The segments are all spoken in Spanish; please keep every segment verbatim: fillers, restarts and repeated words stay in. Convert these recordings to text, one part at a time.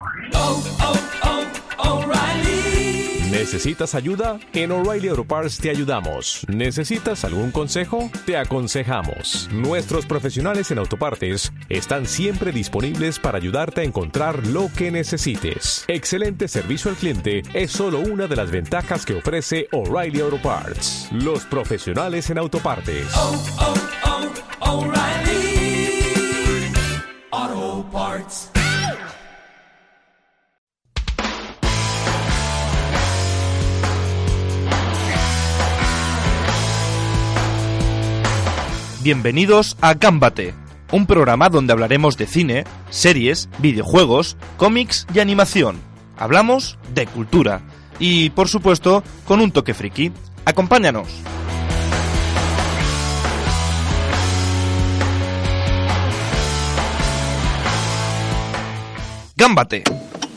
Oh, oh, oh, O'Reilly. ¿Necesitas ayuda? En O'Reilly Auto Parts te ayudamos. ¿Necesitas algún consejo? Te aconsejamos. Nuestros profesionales en autopartes están siempre disponibles para ayudarte a encontrar lo que necesites. Excelente servicio al cliente es solo una de las ventajas que ofrece O'Reilly Auto Parts. Los profesionales en autopartes. Oh, oh, oh, O'Reilly Auto Parts. Bienvenidos a Gámbate, un programa donde hablaremos de cine, series, videojuegos, cómics y animación. Hablamos de cultura y, por supuesto, con un toque friki. ¡Acompáñanos! ¡Gámbate!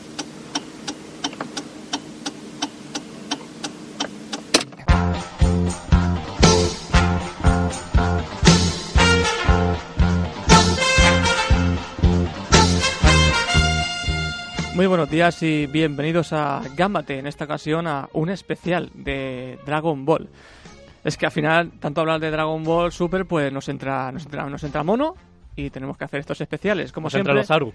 Muy buenos días y bienvenidos a Gámbate, en esta ocasión a un especial de Dragon Ball. Es que al final, tanto hablar de Dragon Ball Super, pues nos entra, nos entra, nos entra mono y tenemos que hacer estos especiales. Como nos siempre, entra los Aru.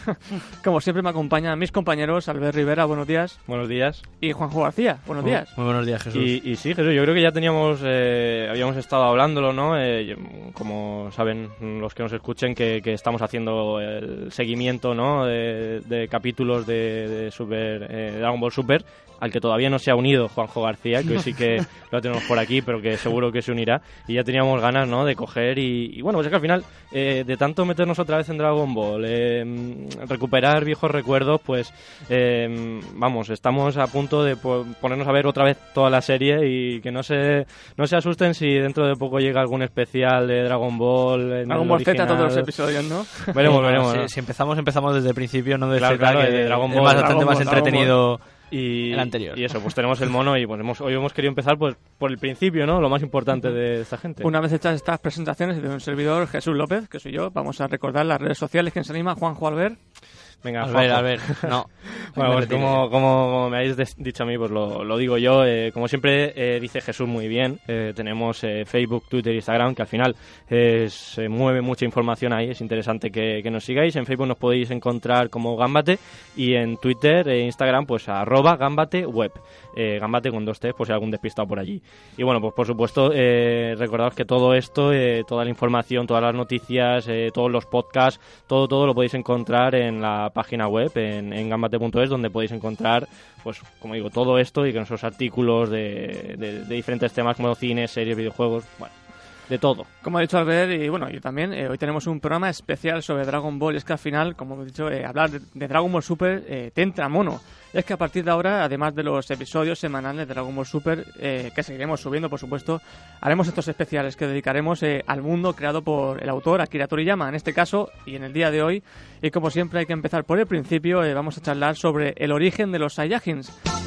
Como siempre me acompañan mis compañeros, Albert Rivera, buenos días. Buenos días. Y Juanjo García, buenos días. Muy buenos días, Jesús. Y, y sí, Jesús, yo creo que ya teníamos, eh, habíamos estado hablándolo, ¿no? Eh, como saben los que nos escuchen, que, que estamos haciendo el seguimiento, ¿no? De, de capítulos de, de Super, eh, Dragon Ball Super, al que todavía no se ha unido Juanjo García, que hoy sí que lo tenemos por aquí, pero que seguro que se unirá. Y ya teníamos ganas, ¿no? De coger y, y bueno, pues es que al final, eh, de tanto meternos otra vez en Dragon Ball, eh, recuperar viejos recuerdos, pues eh, vamos, estamos a punto de ponernos a ver otra vez toda la serie y que no se no se asusten si dentro de poco llega algún especial de Dragon Ball. En Dragon Ball Z, todos los episodios, ¿no? Veremos, veremos. Si, ¿no? si empezamos, empezamos desde el principio, no desde Claro, Z, claro, que de Dragon es Ball, bastante Dragon más Ball, Dragon entretenido. Y, el anterior. y eso, pues tenemos el mono y pues hemos, hoy hemos querido empezar pues por el principio, ¿no? Lo más importante de esta gente. Una vez hechas estas presentaciones de un servidor, Jesús López, que soy yo, vamos a recordar las redes sociales. ¿Quién se anima? Juanjo, Albert. Venga, A ver, Juanjo. a ver, no. Bueno, pues como, como, como me habéis des- dicho a mí, pues lo, lo digo yo. Eh, como siempre eh, dice Jesús muy bien, eh, tenemos eh, Facebook, Twitter, Instagram, que al final eh, se mueve mucha información ahí. Es interesante que, que nos sigáis. En Facebook nos podéis encontrar como Gámbate y en Twitter e Instagram pues arroba Gámbate web. Eh, Gámbate con dos T, por si hay algún despistado por allí. Y bueno, pues por supuesto, eh, recordaos que todo esto, eh, toda la información, todas las noticias, eh, todos los podcasts, todo, todo lo podéis encontrar en la página web, en, en gambate punto es, donde podéis encontrar, pues como digo, todo esto y con esos artículos de, de, de diferentes temas como cine, series, videojuegos, bueno, de todo. Como ha dicho Albert, y bueno, yo también, eh, hoy tenemos un programa especial sobre Dragon Ball. Y es que al final, como he dicho, eh, hablar de, de Dragon Ball Super eh, te entra mono. Y es que a partir de ahora, además de los episodios semanales de Dragon Ball Super, eh, que seguiremos subiendo, por supuesto, haremos estos especiales que dedicaremos eh, al mundo creado por el autor Akira Toriyama, en este caso, y en el día de hoy. Y como siempre hay que empezar por el principio, eh, vamos a charlar sobre el origen de los Saiyajins.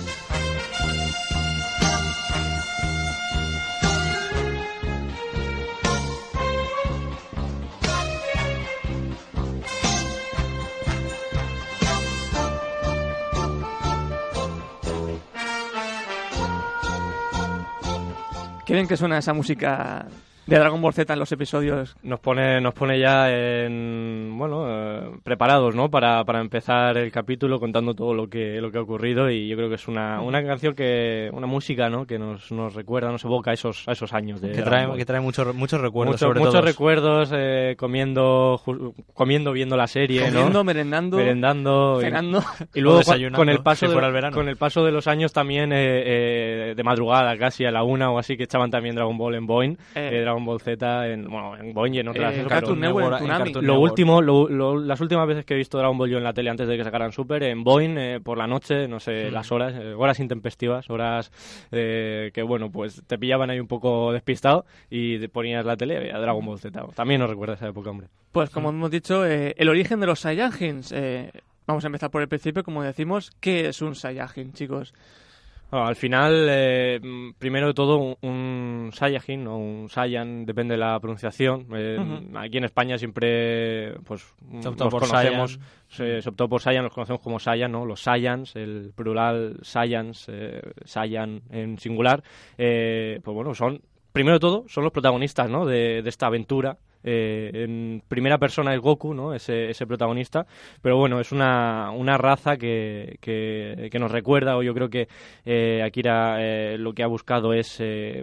¿Qué bien que suena esa música de Dragon Ball Z en los episodios? Nos pone nos pone ya en bueno eh, preparados, ¿no? Para, para empezar el capítulo contando todo lo que lo que ha ocurrido, y yo creo que es una, una canción que una música, ¿no? Que nos, nos recuerda, nos evoca a esos a esos años de Que Dragon trae, Ball. que trae muchos muchos recuerdos, Mucho- sobre muchos todo. recuerdos, eh, comiendo ju- comiendo viendo la serie, Comiendo, ¿no? merendando, merendando y- cenando. y luego O con, desayunando, con el paso si de, fuera el verano. con el paso de los años también eh, eh, de madrugada, casi a la una o así, que echaban también Dragon Ball en Boeing, Eh. eh, Dragon Ball Z en bueno en Boeing y en otras Eh, eso, Cartoon claro. Network, en en Toonami. Cartoon Lo Network. último, lo- lo- las últimas veces que he visto Dragon Ball yo en la tele antes de que sacaran Super, en Boeing, eh, por la noche, no sé, Mm. las horas, eh, horas intempestivas, horas eh, que bueno, pues te pillaban ahí un poco despistado y te ponías la tele a Dragon Ball Z. También nos recuerda esa época, hombre. Pues como hemos dicho, eh, el origen de los Saiyajins. Eh, vamos a empezar por el principio, como decimos. ¿Qué es un Saiyajin, chicos? Bueno, al final, eh, primero de todo, un, un Saiyajin o un Saiyan, depende de la pronunciación. Eh, uh-huh. Aquí en España siempre pues se optó los por conocemos, Saiyan. Se, se optó por Saiyan, los conocemos como Saiyan, ¿no? Los Saiyans, el plural Saiyans, eh, Saiyan en singular, eh, pues bueno, son, primero de todo, son los protagonistas, ¿no? de, de esta aventura. Eh, en primera persona es Goku, ¿no? Ese, ese protagonista, pero bueno, es una, una raza que, que, que nos recuerda, o yo creo que eh, Akira eh, lo que ha buscado es eh,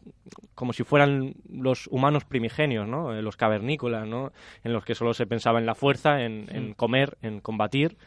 como si fueran los humanos primigenios, ¿no? Eh, los cavernícolas, ¿no? En los que solo se pensaba en la fuerza, en, en comer, en combatir,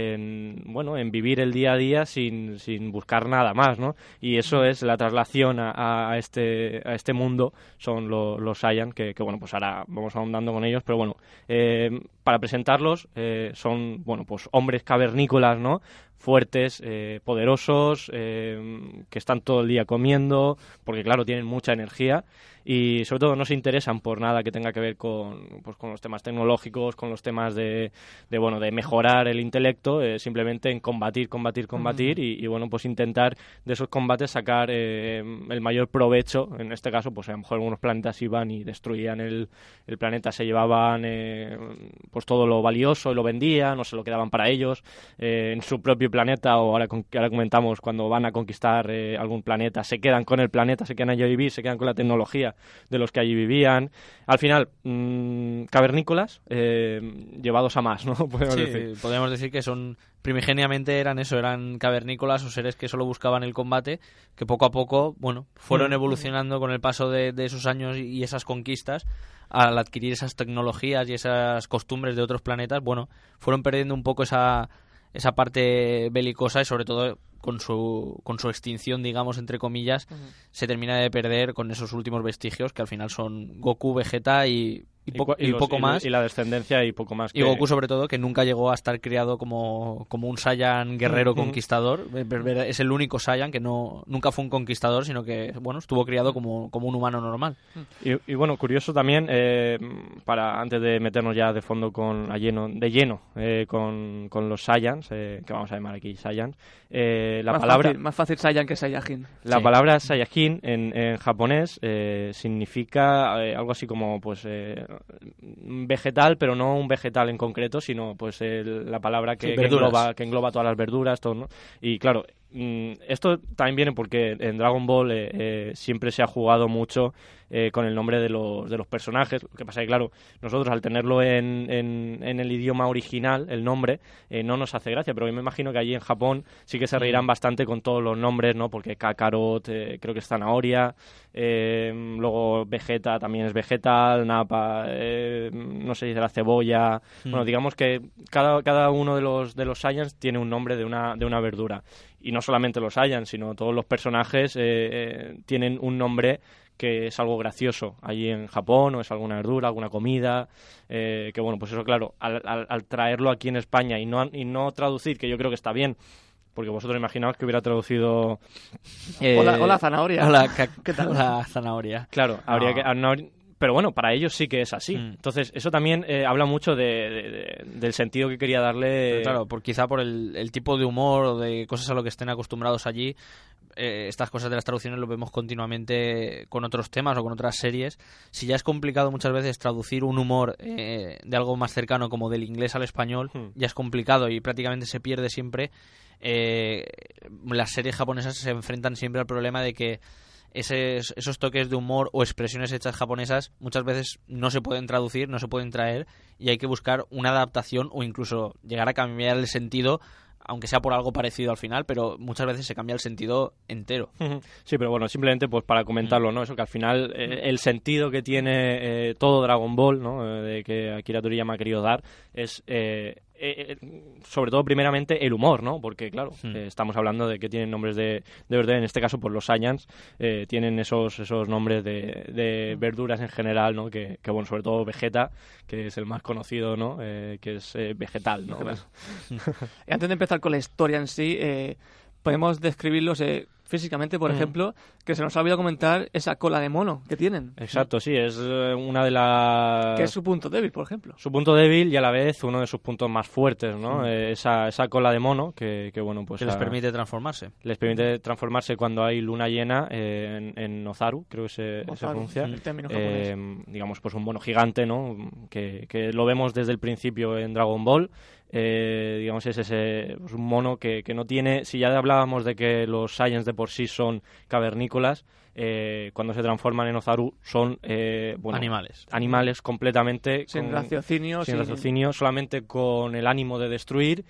en bueno en vivir el día a día sin, sin buscar nada más, ¿no? Y eso es la traslación a, a este a este mundo, son lo, los Saiyan, que, que bueno, pues ahora vamos ahondando con ellos, pero bueno, eh, para presentarlos, eh, son bueno pues hombres cavernícolas, ¿no? Fuertes, eh, poderosos, eh, que están todo el día comiendo, porque claro, tienen mucha energía y sobre todo no se interesan por nada que tenga que ver con, pues, con los temas tecnológicos, con los temas de, de bueno de mejorar el intelecto, eh, simplemente en combatir, combatir, combatir uh-huh. y, y bueno pues intentar de esos combates sacar eh, el mayor provecho. En este caso, pues a lo mejor algunos planetas iban y destruían el, el planeta, se llevaban eh, pues todo lo valioso y lo vendían, o se lo quedaban para ellos eh, en su propio planeta, o ahora, ahora comentamos cuando van a conquistar eh, algún planeta, se quedan con el planeta, se quedan allí a vivir, se quedan con la tecnología de los que allí vivían. Al final, mmm, cavernícolas eh, llevados a más, ¿no? Podemos sí, decir. podemos decir que son primigeniamente eran eso, eran cavernícolas o seres que solo buscaban el combate, que poco a poco, bueno, fueron evolucionando con el paso de, de esos años y esas conquistas. Al adquirir esas tecnologías y esas costumbres de otros planetas, bueno, fueron perdiendo un poco esa esa parte belicosa y sobre todo con su con su extinción, digamos, entre comillas, uh-huh. se termina de perder con esos últimos vestigios que al final son Goku, Vegeta y, y, po- y, y los, poco y más. Y la descendencia y poco más. Y que... Goku, sobre todo, que nunca llegó a estar criado como, como un Saiyan guerrero uh-huh. conquistador. Es el único Saiyan que no nunca fue un conquistador, sino que, bueno, estuvo criado como, como un humano normal. Y, y bueno, curioso también, eh, para antes de meternos ya de fondo con a lleno, de lleno eh, con, con los Saiyans, eh, que vamos a llamar aquí Saiyans, eh, la más palabra... Fácil, más fácil Saiyan que Saiyajin. La sí. palabra Saiyajin en, en japonés eh, significa eh, algo así como pues eh, vegetal, pero no un vegetal en concreto, sino pues el, la palabra que, sí, que, engloba, que engloba todas las verduras, todo, ¿no? Y claro, mm, esto también viene porque en Dragon Ball eh, eh, siempre se ha jugado mucho eh, con el nombre de los, de los personajes. Lo que pasa es que, claro, nosotros al tenerlo en, en, en el idioma original, el nombre, eh, no nos hace gracia, pero yo me imagino que allí en Japón sí que se reirán bastante con todos los nombres, ¿no? Porque Kakarot eh, creo que es zanahoria, eh, luego Vegeta también es vegetal, Nappa, eh, no sé si será cebolla. Mm. Bueno, digamos que cada, cada uno de los, de los Saiyans tiene un nombre de una, de una verdura. Y no solamente los Saiyans, sino todos los personajes eh, eh, tienen un nombre que es algo gracioso allí en Japón, o es alguna verdura, alguna comida, eh, que bueno, pues eso claro, al, al, al traerlo aquí en España y no, y no traducir, que yo creo que está bien, porque vosotros imaginaos que hubiera traducido... Eh, hola, hola, zanahoria. Hola, ¿qué tal? Hola, zanahoria. Claro, no. habría que... No, pero bueno, para ellos sí que es así. Mm. Entonces, eso también eh, habla mucho de, de, de, del sentido que quería darle... Pero claro, por, quizá por el, el tipo de humor o de cosas a lo que estén acostumbrados allí, eh, estas cosas de las traducciones lo vemos continuamente con otros temas o con otras series. Si ya es complicado muchas veces traducir un humor eh, de algo más cercano como del inglés al español, mm. ya es complicado y prácticamente se pierde siempre. Eh, las series japonesas se enfrentan siempre al problema de que Esos, esos toques de humor o expresiones hechas japonesas muchas veces no se pueden traducir, no se pueden traer y hay que buscar una adaptación o incluso llegar a cambiar el sentido, aunque sea por algo parecido al final, pero muchas veces se cambia el sentido entero. Sí, pero bueno, simplemente pues para comentarlo, ¿no? Eso que al final eh, el sentido que tiene eh, todo Dragon Ball, ¿no? Eh, de que Akira Toriyama ha querido dar es... Eh, Eh, sobre todo primeramente el humor, ¿no? Porque claro, mm. eh, estamos hablando de que tienen nombres de, de verdura, en este caso pues los Saiyans eh, tienen esos esos nombres de, de verduras en general, ¿no? Que, que bueno, sobre todo Vegeta, que es el más conocido, ¿no? Eh, que es eh, vegetal, ¿no? Y antes de empezar con la historia en sí, eh, podemos describirlos eh, físicamente, por Mm. ejemplo, que se nos ha olvidado comentar esa cola de mono que tienen. Exacto, sí, es eh, una de las... Que es su punto débil, por ejemplo. Su punto débil y a la vez uno de sus puntos más fuertes, ¿no? Eh, esa, esa cola de mono que, que bueno, pues... Que les a- permite transformarse. les permite transformarse cuando hay luna llena eh, en, en Ozaru, creo que se, se Ozaru, pronuncia. el término Eh, japonés. digamos, pues un mono gigante, ¿no? Que, que lo vemos desde el principio en Dragon Ball. Eh, digamos, es ese pues un mono que, que no tiene... Si ya hablábamos de que los Saiyans de por sí son cavernícolas, eh, cuando se transforman en Ozaru son... eh, bueno, Animales. Animales completamente... Sin con- raciocinio. sin sin- raciocinio, solamente con el ánimo de destruir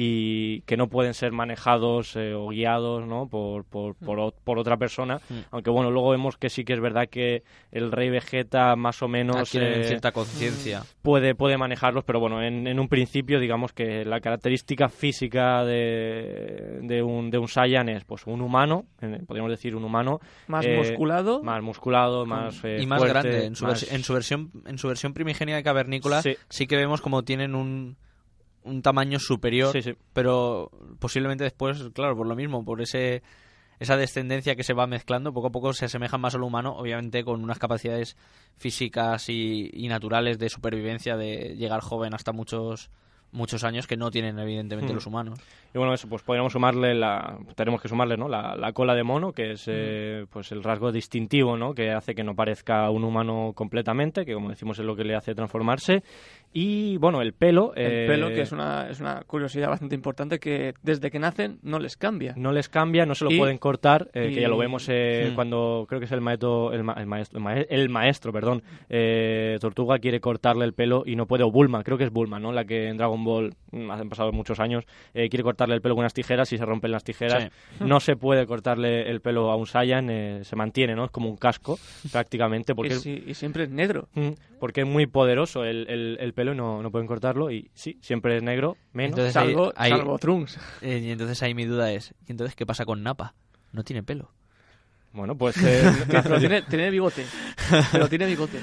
y que no pueden ser manejados eh, o guiados, ¿no? por, por, por, o- por otra persona. Mm. Aunque bueno, luego vemos que sí que es verdad que el Rey Vegeta más o menos Adquieren eh, cierta conciencia. puede, puede manejarlos, pero bueno, en, en un principio digamos que la característica física de, de, un, de un Saiyan es pues un humano, eh, podríamos decir un humano, Más eh, musculado. más musculado, más eh, Y más fuerte, grande. En su, más- versi- en su versión en su versión primigenia de cavernícola Sí. sí, que vemos como tienen un, un tamaño superior, Sí, sí. pero posiblemente después, claro, por lo mismo, por ese esa descendencia que se va mezclando, poco a poco se asemejan más al humano, obviamente con unas capacidades físicas y, y naturales de supervivencia, de llegar joven hasta muchos muchos años que no tienen evidentemente Hmm. los humanos. Y bueno, eso, pues podríamos sumarle la, tenemos que sumarle, ¿no? La, la cola de mono, que es eh, pues el rasgo distintivo, ¿no? Que hace que no parezca un humano completamente, que como decimos es lo que le hace transformarse. Y bueno, el pelo. El eh, pelo, que es una, es una curiosidad bastante importante, que desde que nacen no les cambia. no les cambia, no se lo Y- pueden cortar, eh, y- que ya lo vemos eh, Hmm. cuando creo que es el maestro, el, ma- el maestro, el, mae- el maestro, perdón, eh, Tortuga quiere cortarle el pelo y no puede, o Bulma, creo que es Bulma, ¿no? La que en Dragon Ball, mm, han pasado muchos años, eh, quiere cortarle el pelo con unas tijeras y se rompen las tijeras. No se puede cortarle el pelo a un Saiyan, eh, se mantiene, ¿no? Es como un casco, prácticamente, porque y, es, si- y siempre es negro. mm, porque es muy poderoso el, el, el pelo y no, no pueden cortarlo. Y sí, siempre es negro, menos. Entonces, ahí- Salvo, ahí- salvo Trunks. Eh, y entonces ahí mi duda es, ¿y entonces qué pasa con Nappa? No tiene pelo. Bueno, pues eh, Pero tiene, tiene bigote. Pero tiene bigote.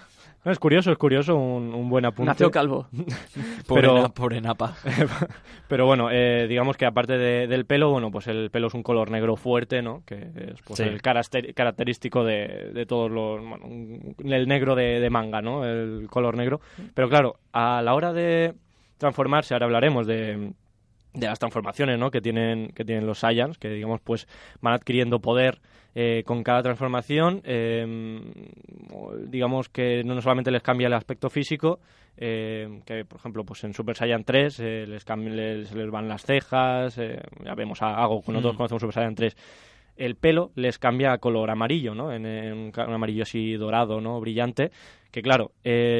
es curioso, es curioso, un, un buen apunte. Nació calvo. Pobre, Pero- Na- pobre Nappa. Pero bueno, eh, digamos que aparte de- del pelo, bueno, pues el pelo es un color negro fuerte, ¿no? Que es pues, Sí. el caraster- característico de, de todos los... Bueno, un- el negro de, de manga, ¿no? El color negro. Pero claro, a la hora de transformarse, ahora hablaremos de, de las transformaciones, ¿no? Que tienen, que tienen los Saiyans, que digamos pues van adquiriendo poder eh, con cada transformación. Eh, digamos que no solamente les cambia el aspecto físico, eh, que por ejemplo pues en Super Saiyan tres eh, les, cambia- les, se les van las cejas, eh, ya vemos a Ago, cuando todos Mm. conocemos Super Saiyan tres. El pelo les cambia a color amarillo, ¿no? En, en un, ca- un amarillo así dorado, ¿no? Brillante. Que claro,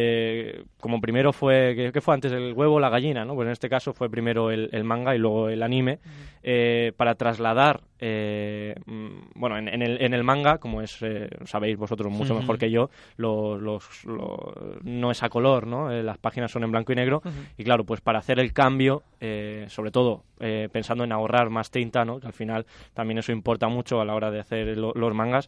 eh, como primero fue... ¿qué, qué fue antes? ¿El huevo o la gallina, no? Pues en este caso fue primero el, el manga y luego el anime. Eh, para trasladar... eh, mm, bueno, en, en el, en el manga, como es eh, sabéis vosotros mucho Ujú. mejor que yo, los, los, lo- no es a color, ¿no? Eh, las páginas son en blanco y negro. Y claro, pues para hacer el cambio, eh, sobre todo eh, pensando en ahorrar más tinta, ¿no? Que al final también eso importa mucho a la hora de hacer lo- los mangas,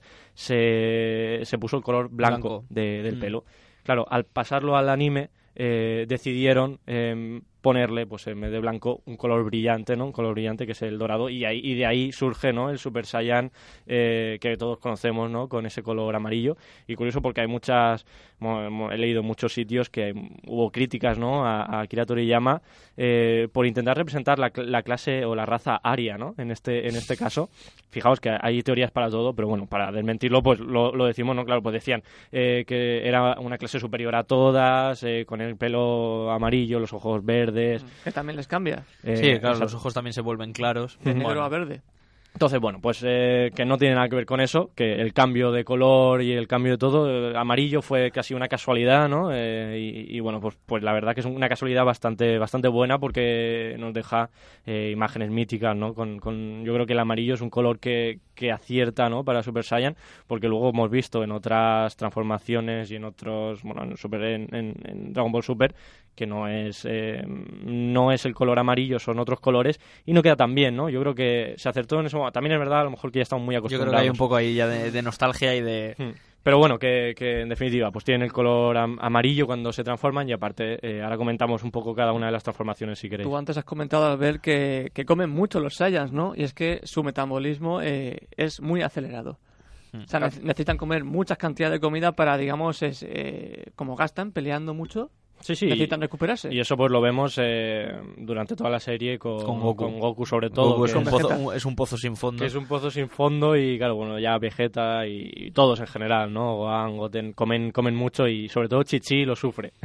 se, se puso el color blanco, Blanco. de- del Mm. pelo. Claro, al pasarlo al anime, eh, decidieron eh, ponerle, pues en vez de blanco, un color brillante, ¿no? Un color brillante que es el dorado, y, ahí, y de ahí surge, ¿no? El Super Saiyan eh, que todos conocemos, ¿no? Con ese color amarillo. Y curioso porque hay muchas, bueno, he leído en muchos sitios que hubo críticas, ¿no? A, a Akira Toriyama eh, por intentar representar la, cl- la clase o la raza aria, ¿no? En este, en este caso. Fijaos que hay teorías para todo, pero bueno, para desmentirlo, pues lo, lo decimos, ¿no? Claro, pues decían eh, que era una clase superior a todas, eh, con el pelo amarillo, los ojos verdes. Que también les cambia. eh, Sí, claro, exacto. los ojos también se vuelven claros. De negro Bueno, a verde. Entonces, bueno, pues eh, que no tiene nada que ver con eso, que el cambio de color y el cambio de todo, eh, amarillo fue casi una casualidad, ¿no? Eh, y, y bueno, pues, pues la verdad que es una casualidad bastante bastante buena porque nos deja eh, imágenes míticas, ¿no? Con, con, yo creo que el amarillo es un color que, que acierta, ¿no? Para Super Saiyan, porque luego hemos visto en otras transformaciones y en otros, bueno, en, Super, en, en, en Dragon Ball Super, que no es eh, no es el color amarillo, son otros colores y no queda tan bien, ¿no? Yo creo que se acertó en eso. También es verdad, a lo mejor que ya estamos muy yo acostumbrados. creo que hay un poco ahí ya de, de nostalgia y de... Hmm. Pero bueno, que, que en definitiva, pues tienen el color am- amarillo cuando se transforman y aparte, eh, ahora comentamos un poco cada una de las transformaciones si queréis. Tú antes has comentado, Albert, que, que comen mucho los Saiyans, ¿no? Y es que su metabolismo eh, es muy acelerado. O sea, ne- necesitan comer muchas cantidades de comida para, digamos, es, eh, como gastan peleando mucho, Sí, sí. necesitan recuperarse. Y eso pues lo vemos eh, durante toda la serie con, Con Goku. con Goku sobre todo. Goku que es un, Con pozo, Vegeta. un- es un pozo sin fondo. que es un pozo sin fondo y claro, bueno, ya Vegeta y, y todos en general, ¿no? Gohan, Goten, comen, comen mucho y sobre todo Chi-Chi lo sufre.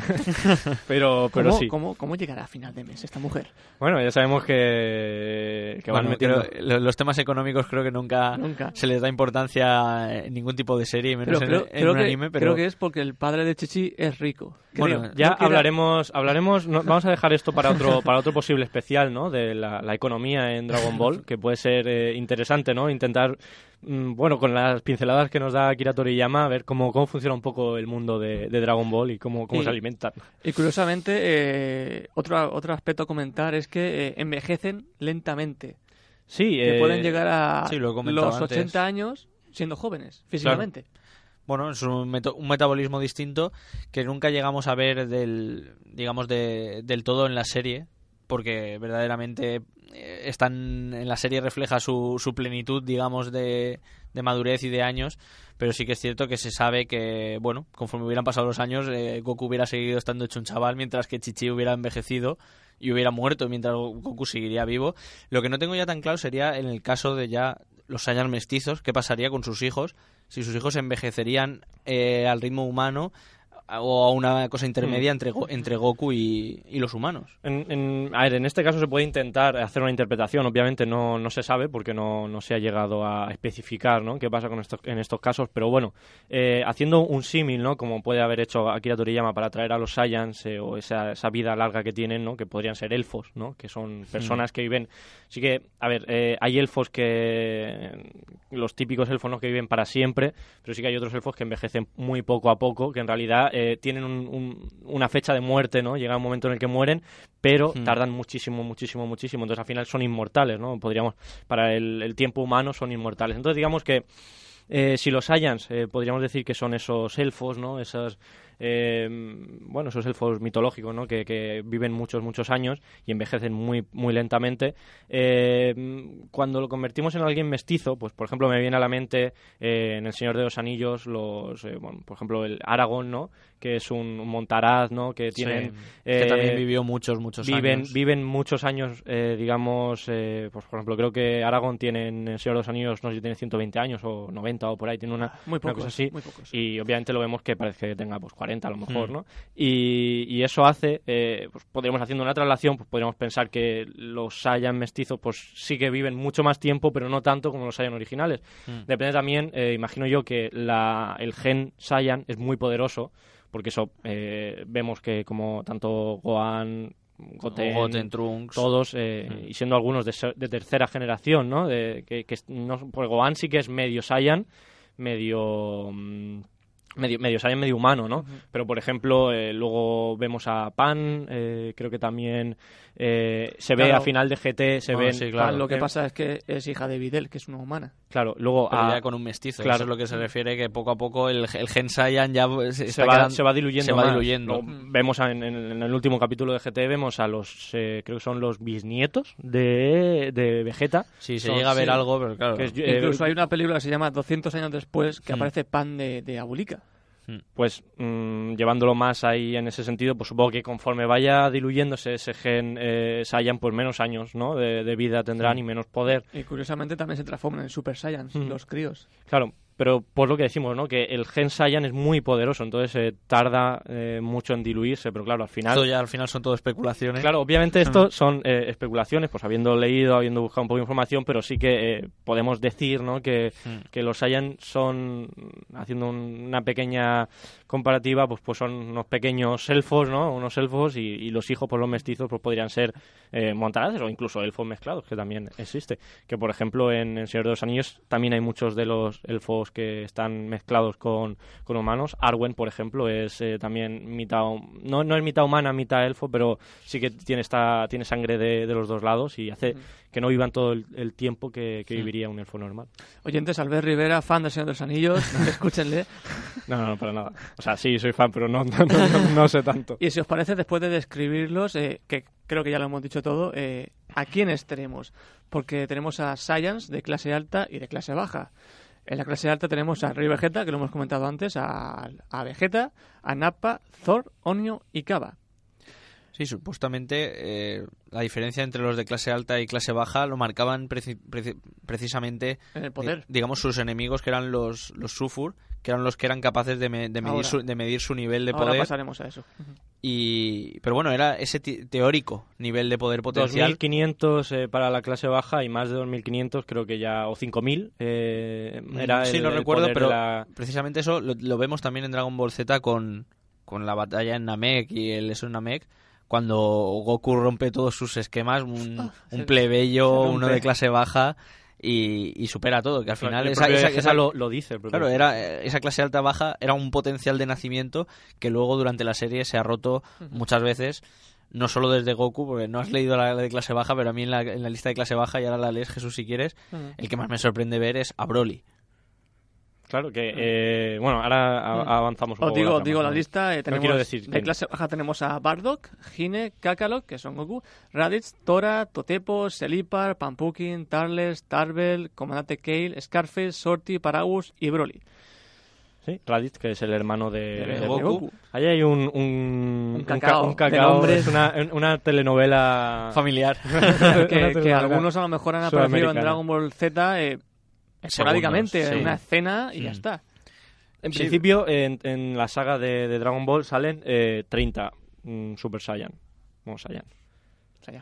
pero pero ¿Cómo, sí. cómo, ¿Cómo llegará a final de mes esta mujer? Bueno, ya sabemos que, que van Bueno, metiendo... creo- lo- los temas económicos creo que nunca, Nunca. se les da importancia en ningún tipo de serie, menos Pero en, creo, en creo un que, anime, pero creo que es porque el padre de Chichi es rico. Bueno, Creo. Ya Creo que era- hablaremos, hablaremos no, vamos a dejar esto para otro para otro posible especial, ¿no? De la, la economía en Dragon Ball, que puede ser eh, interesante, ¿no? Intentar, mm, bueno, con las pinceladas que nos da Akira Toriyama, a ver cómo, cómo funciona un poco el mundo de, de Dragon Ball y cómo, cómo Y- se alimentan. Y curiosamente, eh, otro, otro aspecto a comentar es que eh, envejecen lentamente. Sí, Que eh, pueden llegar a sí, lo he comentado los antes. ochenta años siendo jóvenes, físicamente. bueno, es un, meto- un metabolismo distinto que nunca llegamos a ver del, digamos, de, del todo en la serie, porque verdaderamente eh, están en la serie refleja su, su plenitud, digamos, de, de madurez y de años, pero sí que es cierto que se sabe que, bueno, conforme hubieran pasado los años, eh, Goku hubiera seguido estando hecho un chaval, mientras que Chi-Chi hubiera envejecido y hubiera muerto mientras Goku seguiría vivo. Lo que no tengo ya tan claro sería en el caso de ya los Saiyans mestizos, qué pasaría con sus hijos, si sus hijos envejecerían eh, al ritmo humano o a una cosa intermedia entre, Go- entre Goku y, y los humanos. En, en- a ver, en este caso se puede intentar hacer una interpretación, obviamente no, no se sabe porque no, no se ha llegado a especificar, ¿no? qué pasa con estos, en estos casos, pero bueno, eh, haciendo un símil, ¿no? como puede haber hecho Akira Toriyama para atraer a los Saiyans eh, o esa, esa vida larga que tienen, ¿no? que podrían ser elfos, ¿no? que son personas que viven... Sí que, a ver, eh, hay elfos que... los típicos elfos, ¿no? que viven para siempre, pero sí que hay otros elfos que envejecen muy poco a poco, que en realidad eh, tienen un- un- una fecha de muerte, ¿no? Llega un momento en el que mueren, pero Hmm. tardan muchísimo, muchísimo, muchísimo. Entonces, al final son inmortales, ¿no? Podríamos, para el, el tiempo humano, son inmortales. Entonces, digamos que eh, si los Saiyans, eh, podríamos decir que son esos elfos, ¿no? Esas, eh, bueno, esos elfos mitológicos, ¿no? Que, que viven muchos, muchos años y envejecen muy, muy lentamente. Eh, cuando lo convertimos en alguien mestizo, pues, por ejemplo, me viene a la mente eh, en El Señor de los Anillos, los, eh, bueno, por ejemplo, el Aragorn, ¿no? Que es un, un montaraz, ¿no? Que tienen... Sí, que eh, también vivió muchos, muchos viven, años. Viven muchos años, eh, digamos, eh, pues por ejemplo, creo que Aragorn tiene en El Señor de los Anillos, no sé si tiene ciento veinte años o noventa o por ahí, tiene una, Muy una pocos, cosa así. muy pocos. Y obviamente lo vemos que parece que tenga pues cuarenta a lo mejor, Mm. ¿no? Y, y eso hace, eh, pues podríamos haciendo una traslación, pues podríamos pensar que los Saiyan mestizos pues sí que viven mucho más tiempo, pero no tanto como los Saiyan originales. Mm. Depende también, eh, imagino yo, que la, el gen Saiyan es muy poderoso, porque eso eh, vemos que como tanto Gohan, Goten, Goten, Trunks. todos, eh, Mm. y siendo algunos de, se- de tercera generación, ¿no? De, que, que no, porque Gohan sí que es medio Saiyan, medio... mm, Medio, medio Saiyan, medio humano, ¿no? Pero, por ejemplo, eh, luego vemos a Pan, eh, creo que también eh, se ve Claro. a final de G T, se Bueno, ven... sí, claro. Lo que eh, pasa es que es hija de Videl, que es una humana. Claro, luego Pero a- ya con un mestizo. claro. Eso es lo que se refiere, que poco a poco el, el gen Saiyan ya se, se está va, quedando- se va diluyendo se va más. diluyendo. Luego vemos a- en, en- en el último capítulo de G T, vemos a los, eh, creo que son los bisnietos de, de Vegeta. Sí, se Son- llega a ver sí. algo, pero claro. Que es- Eh, Incluso hay una película que se llama doscientos años después que Mm. aparece Pan de, de Abulica. Pues mm, llevándolo más ahí en ese sentido, pues supongo que conforme vaya diluyéndose ese gen eh, Saiyan, pues menos años, ¿no? de, de vida tendrán y menos poder. Y curiosamente también se transforman en Super Saiyans, Mm. los críos. Claro, pero por lo que decimos, ¿no? Que el gen Saiyan es muy poderoso, entonces eh, tarda eh, mucho en diluirse, pero claro, al final... Esto ya al final son todo especulaciones. Claro, obviamente esto son eh, especulaciones, pues habiendo leído, habiendo buscado un poco de información, pero sí que eh, podemos decir, ¿no? Que, Mm. que los Saiyan son, haciendo un- una pequeña comparativa, pues, pues son unos pequeños elfos, ¿no? Unos elfos y, y los hijos, pues los mestizos, pues podrían ser eh, montaraces o incluso elfos mezclados, que también existe. Que por ejemplo en El Señor de los Anillos también hay muchos de los elfos elfos que están mezclados con, con humanos. Arwen, por ejemplo, es eh, también mitad, no, no es mitad humana, mitad elfo, pero sí que tiene esta tiene sangre de, de los dos lados y hace uh-huh. que no vivan todo el, el tiempo que, que sí. viviría un elfo normal. Oyentes, Albert Rivera, fan del Señor de los Anillos, escúchenle. No, no, no, para nada. O sea, sí, soy fan, pero no, no, no, no sé tanto. Y si os parece, después de describirlos, eh, que creo que ya lo hemos dicho todo, eh, ¿a quiénes tenemos? Porque tenemos a Saiyans de clase alta y de clase baja. En la clase alta tenemos a Rey Vegeta, que lo hemos comentado antes, a, a Vegeta, a Nappa, Thor, Onio y Kaba. Sí, supuestamente eh, la diferencia entre los de clase alta y clase baja lo marcaban preci- preci- precisamente en el poder. Eh, digamos sus enemigos, que eran los, los Sufur, que eran los que eran capaces de, me, de, medir, su, de medir su nivel de Ahora poder. pasaremos a eso. Uh-huh. Y pero bueno, era ese t- teórico nivel de poder potencial. dos mil quinientos eh, para la clase baja y más de dos mil quinientos creo que ya, o cinco mil eh, era sí, el, no el recuerdo, poder pero de la... precisamente eso lo, lo vemos también en Dragon Ball Z con, con la batalla en Namek y el eso en Namek, cuando Goku rompe todos sus esquemas, un, oh, un se, plebeyo, se uno de clase baja, y, y supera todo, que al final el esa, esa, esa lo, lo dice. El claro, era esa clase alta baja era un potencial de nacimiento que luego durante la serie se ha roto uh-huh. muchas veces, no solo desde Goku, porque no has leído la de clase baja, pero a mí en la, en la lista de clase baja, y ahora la lees, Jesús, si quieres, uh-huh. el que más me sorprende ver es a Broly. Claro, que, eh, bueno, ahora a, avanzamos un Os poco. digo, la digo la ¿no? lista, eh, tenemos, no quiero decir de que... clase baja tenemos a Bardock, Hine, Kakarot, que son Goku, Raditz, Tora, Totepo, Selipar, Pampukin, Tarles, Tarbell, Comandante Kale, Scarface, Sorty, Paragus y Broly. Sí, Raditz, que es el hermano de, de, de Goku. Goku. Ahí hay un... Un, un cacao. Un, ca, un cacao, de es una, una telenovela... familiar. que, que algunos a lo mejor han aparecido en Dragon Ball Z... Eh, esporádicamente, Segundos, sí. una escena y mm. ya está. En sí. principio, en, en la saga de, de Dragon Ball salen eh, treinta mm, Super Saiyan. Bueno, Saiyan. Saiyan.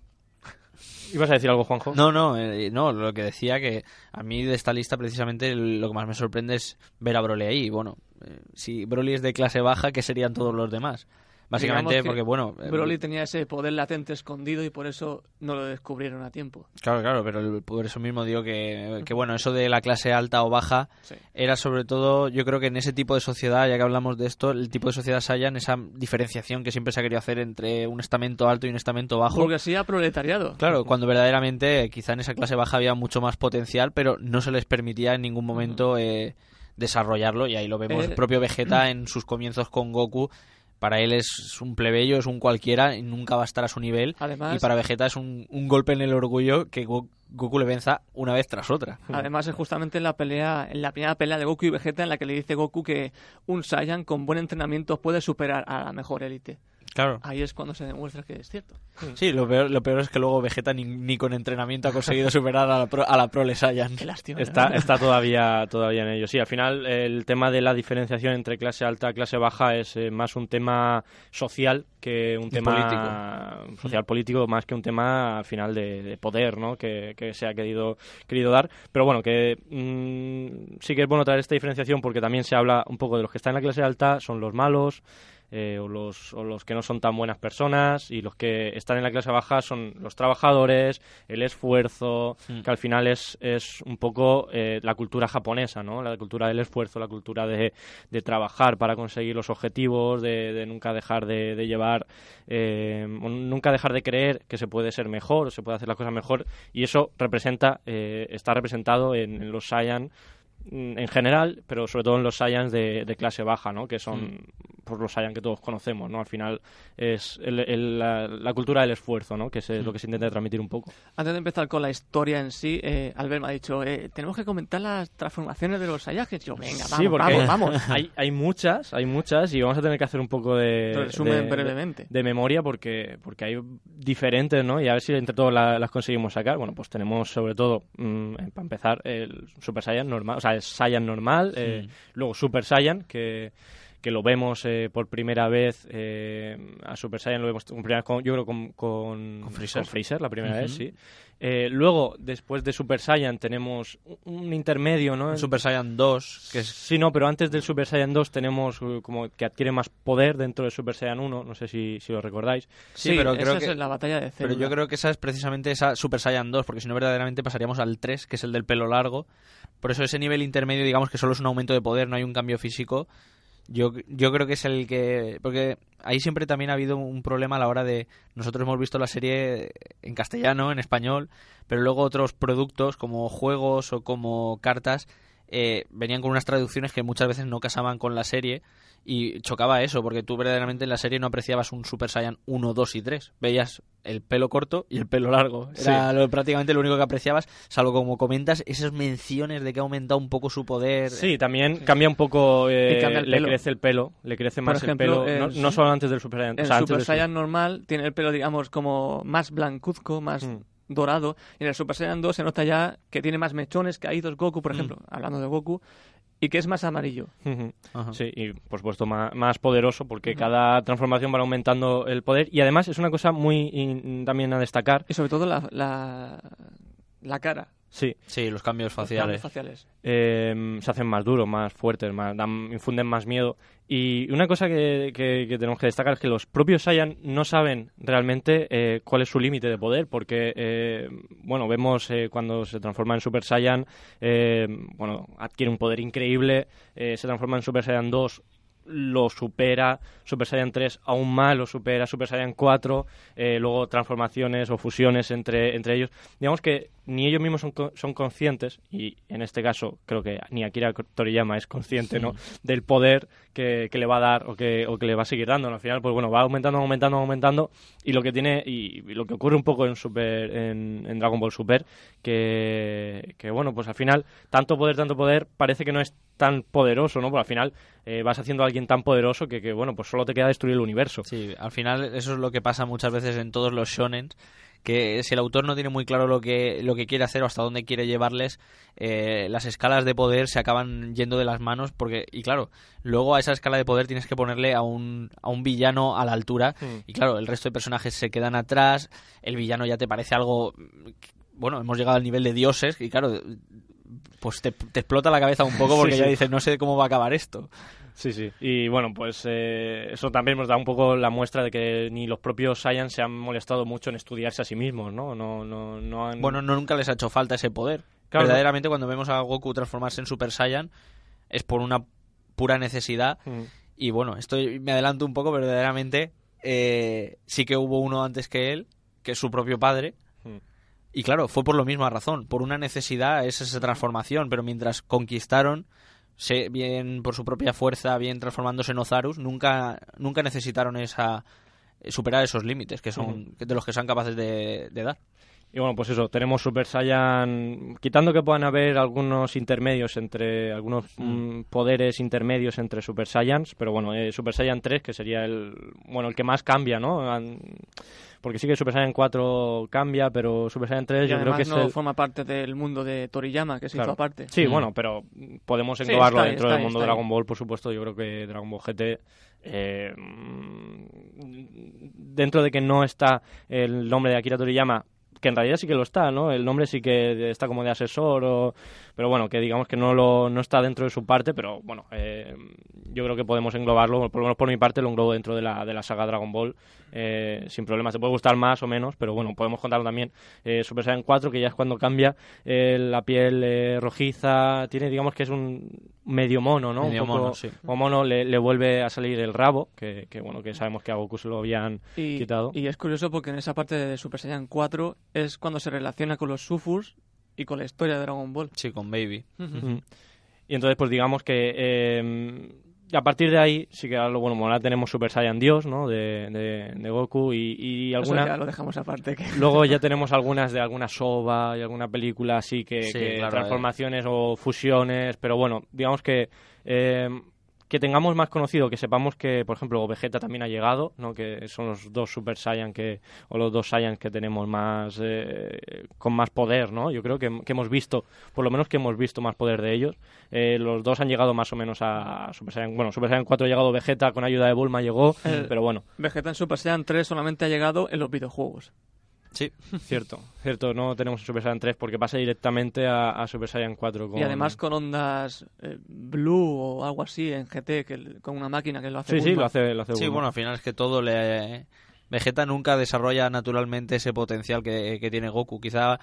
¿Ibas a decir algo, Juanjo? No, no, eh, no, lo que decía que a mí de esta lista precisamente lo que más me sorprende es ver a Broly ahí. Bueno, eh, si Broly es de clase baja, ¿qué serían todos los demás? Básicamente porque, bueno... Broly tenía ese poder latente escondido y por eso no lo descubrieron a tiempo. Claro, claro, pero por eso mismo digo que, que bueno, eso de la clase alta o baja sí. era sobre todo, yo creo que en ese tipo de sociedad, ya que hablamos de esto, el tipo de sociedad Saiyan, esa diferenciación que siempre se ha querido hacer entre un estamento alto y un estamento bajo. Burguesía proletariado. Claro, cuando verdaderamente quizá en esa clase baja había mucho más potencial, pero no se les permitía en ningún momento eh, desarrollarlo, y ahí lo vemos, eh, el propio Vegeta en sus comienzos con Goku. Para él es un plebeyo, es un cualquiera y nunca va a estar a su nivel. Además, y para Vegeta es un, un golpe en el orgullo que Goku le venza una vez tras otra. Además es justamente en la pelea, en la primera pelea de Goku y Vegeta en la que le dice Goku que un Saiyan con buen entrenamiento puede superar a la mejor élite. Claro. Ahí es cuando se demuestra que es cierto. Sí, lo peor, lo peor es que luego Vegeta ni, ni con entrenamiento ha conseguido superar a la, pro, a la prole Saiyan. Qué lástima. Está, está todavía, todavía en ello. Sí, al final el tema de la diferenciación entre clase alta y clase baja es eh, más un tema social que un y tema político. social político, más que un tema al final de, de poder, ¿no? Que, que se ha querido, querido dar. Pero bueno, que mmm, sí que es bueno traer esta diferenciación porque también se habla un poco de los que están en la clase alta, son los malos. Eh, o, los, o los que no son tan buenas personas, y los que están en la clase baja son los trabajadores, el esfuerzo, mm. que al final es, es un poco eh, la cultura japonesa, ¿no? La cultura del esfuerzo, la cultura de, de trabajar para conseguir los objetivos, de, de nunca dejar de, de llevar, eh, nunca dejar de creer que se puede ser mejor, o se puede hacer las cosas mejor, y eso representa, eh, está representado en, en los Saiyan en general, pero sobre todo en los Saiyans de, de clase baja, ¿no? Que son mm. pues, los Saiyan que todos conocemos, ¿no? Al final es el, el, la, la cultura del esfuerzo, ¿no? Que es mm. lo que se intenta transmitir un poco. Antes de empezar con la historia en sí, eh, Albert me ha dicho, eh, tenemos que comentar las transformaciones de los Saiyajins. Yo, venga, vamos, sí, porque vamos, vamos. Hay, hay muchas, hay muchas, y vamos a tener que hacer un poco de... Resumen de, brevemente. De, de memoria, porque porque hay diferentes, ¿no? Y a ver si entre todos la, las conseguimos sacar. Bueno, pues tenemos sobre todo, mmm, para empezar, el Super Saiyan normal, o sea, el Saiyan normal, eh, mm. luego Super Saiyan, que, que lo vemos eh, por primera vez, eh, a Super Saiyan lo vemos por primera vez con, yo creo con, con, con, Freezer. con Freezer, la primera uh-huh. vez, sí. Eh, luego, después de Super Saiyan, tenemos un intermedio, ¿no? Super Saiyan dos, que es... Sí, no, pero antes del Super Saiyan dos tenemos uh, como que adquiere más poder dentro del Super Saiyan uno, no sé si, si lo recordáis. Sí, sí pero esa creo es que... la batalla de Célula. Pero yo creo que esa es precisamente esa Super Saiyan dos, porque si no verdaderamente pasaríamos al tres, que es el del pelo largo. Por eso ese nivel intermedio, digamos que solo es un aumento de poder, no hay un cambio físico. Yo, yo creo que es el que... Porque ahí siempre también ha habido un problema a la hora de... Nosotros hemos visto la serie en castellano, en español, pero luego otros productos como juegos o como cartas eh, venían con unas traducciones que muchas veces no casaban con la serie y chocaba eso, porque tú verdaderamente en la serie no apreciabas un Super Saiyan uno, dos y tres. Veías el pelo corto y el pelo largo. Era sí. lo, prácticamente lo único que apreciabas, salvo como comentas, esas menciones de que ha aumentado un poco su poder. Sí, también cambia un poco, eh, cambia el le pelo. crece el pelo, le crece más Por ejemplo, el pelo, el, no, no solo antes del Super Saiyan. El o sea, Super antes Saiyan del... normal tiene el pelo, digamos, como más blancuzco, más... Mm. dorado, y en el Super Saiyan dos se nota ya que tiene más mechones que hay dos Goku, por ejemplo, mm. hablando de Goku, y que es más amarillo. Uh-huh. Uh-huh. Sí, y por supuesto más, más poderoso, porque uh-huh. cada transformación va aumentando el poder, y además es una cosa muy in, también a destacar. Y sobre todo la, la, la cara. Sí. Sí, los cambios faciales. Los cambios faciales. Eh, se hacen más duros, más fuertes, más, dan, infunden más miedo. Y una cosa que, que, que tenemos que destacar es que los propios Saiyan no saben realmente eh, cuál es su límite de poder, porque, eh, bueno, vemos eh, cuando se transforma en Super Saiyan, eh, bueno, adquiere un poder increíble, eh, se transforma en Super Saiyan dos, lo supera, Super Saiyan tres aún más lo supera, Super Saiyan cuatro, eh, luego transformaciones o fusiones entre, entre ellos. Digamos que ni ellos mismos son, son conscientes, y en este caso creo que ni Akira Toriyama es consciente, sí. ¿no?, del poder que, que le va a dar o que, o que le va a seguir dando, ¿no? Al final, pues bueno, va aumentando, aumentando, aumentando, y lo que tiene, y, y lo que ocurre un poco en Super, en, en Dragon Ball Super, que, que bueno, pues al final, tanto poder, tanto poder, parece que no es tan poderoso, ¿no? Porque al final eh, vas haciendo a alguien tan poderoso que, que, bueno, pues solo te queda destruir el universo. Sí, al final eso es lo que pasa muchas veces en todos los shonen, que si el autor no tiene muy claro lo que lo que quiere hacer o hasta dónde quiere llevarles, eh, las escalas de poder se acaban yendo de las manos, porque, y claro, luego a esa escala de poder tienes que ponerle a un, a un villano a la altura, mm. y claro, el resto de personajes se quedan atrás, el villano ya te parece algo... Bueno, hemos llegado al nivel de dioses, y claro, pues te, te explota la cabeza un poco porque sí, ya sí. dices, no sé cómo va a acabar esto. Sí, sí. Y bueno, pues eh, eso también nos da un poco la muestra de que ni los propios Saiyan se han molestado mucho en estudiarse a sí mismos, ¿no? no, no, no han... Bueno, no, nunca les ha hecho falta ese poder. Claro, verdaderamente, cuando vemos a Goku transformarse en Super Saiyan, es por una pura necesidad. Mm. Y bueno, estoy me adelanto un poco, pero verdaderamente eh, sí que hubo uno antes que él, que es su propio padre. Mm. Y claro, fue por la misma razón. Por una necesidad es esa transformación, pero mientras conquistaron... Se, bien por su propia fuerza, bien transformándose en Ozarus, nunca nunca necesitaron esa superar esos límites que son uh-huh. de los que sean capaces de, de dar. Y bueno, pues eso, tenemos Super Saiyan, quitando que puedan haber algunos intermedios entre, algunos mm. Mm, poderes intermedios entre Super Saiyans, pero bueno, eh, Super Saiyan tres, que sería el, bueno, el que más cambia, ¿no? Porque sí que Super Saiyan cuatro cambia, pero Super Saiyan tres y yo creo que no es el... forma parte del mundo de Toriyama, que se claro. hizo aparte. Sí, mm. bueno, pero podemos englobarlo sí, dentro ahí, del mundo ahí, de Dragon Ball, por supuesto. Yo creo que Dragon Ball G T... Eh, dentro de que no está el nombre de Akira Toriyama, que en realidad sí que lo está, ¿no? El nombre sí que está como de asesor, o... pero bueno, que digamos que no lo no está dentro de su parte, pero bueno, eh, yo creo que podemos englobarlo, por lo menos por mi parte lo englobo dentro de la, de la saga Dragon Ball, eh, sin problemas. Te puede gustar más o menos, pero bueno, podemos contarlo también. Eh, Super Saiyan cuatro, que ya es cuando cambia eh, la piel eh, rojiza, tiene, digamos que es un medio mono, ¿no? Medio un poco, mono, sí. Como mono le, le vuelve a salir el rabo, que, que bueno, que sabemos que a Goku se lo habían y, quitado. Y es curioso porque en esa parte de Super Saiyan cuatro es cuando se relaciona con los Sufus y con la historia de Dragon Ball. Sí, con Baby. Uh-huh. Uh-huh. Y entonces, pues digamos que eh, a partir de ahí, sí que ahora, bueno, ahora tenemos Super Saiyan Dios, ¿no? De, de, de Goku y, y alguna... Eso ya lo dejamos aparte. Que... Luego ya tenemos algunas de alguna Soba y alguna película así que, sí, que claro, transformaciones eh. o fusiones, pero bueno, digamos que... Eh, que tengamos más conocido, que sepamos que, por ejemplo, Vegeta también ha llegado, ¿no? Que son los dos Super Saiyan que, o los dos Saiyans que tenemos más, eh, con más poder, ¿no? Yo creo que, que hemos visto, por lo menos que hemos visto más poder de ellos. Eh, los dos han llegado más o menos a Super Saiyan, bueno, Super Saiyan cuatro ha llegado Vegeta, con ayuda de Bulma llegó, Eh, pero bueno. Vegeta en Super Saiyan tres solamente ha llegado en los videojuegos. Sí, Cierto, cierto, no tenemos Super Saiyan tres porque pasa directamente a, a Super Saiyan cuatro. Con... Y además con ondas eh, Blue o algo así en G T, que, con una máquina que lo hace Sí, sí, Bulma. lo hace, lo hace sí, Bulma. bueno, al final es que todo le... Vegeta nunca desarrolla naturalmente ese potencial que, que tiene Goku. Quizá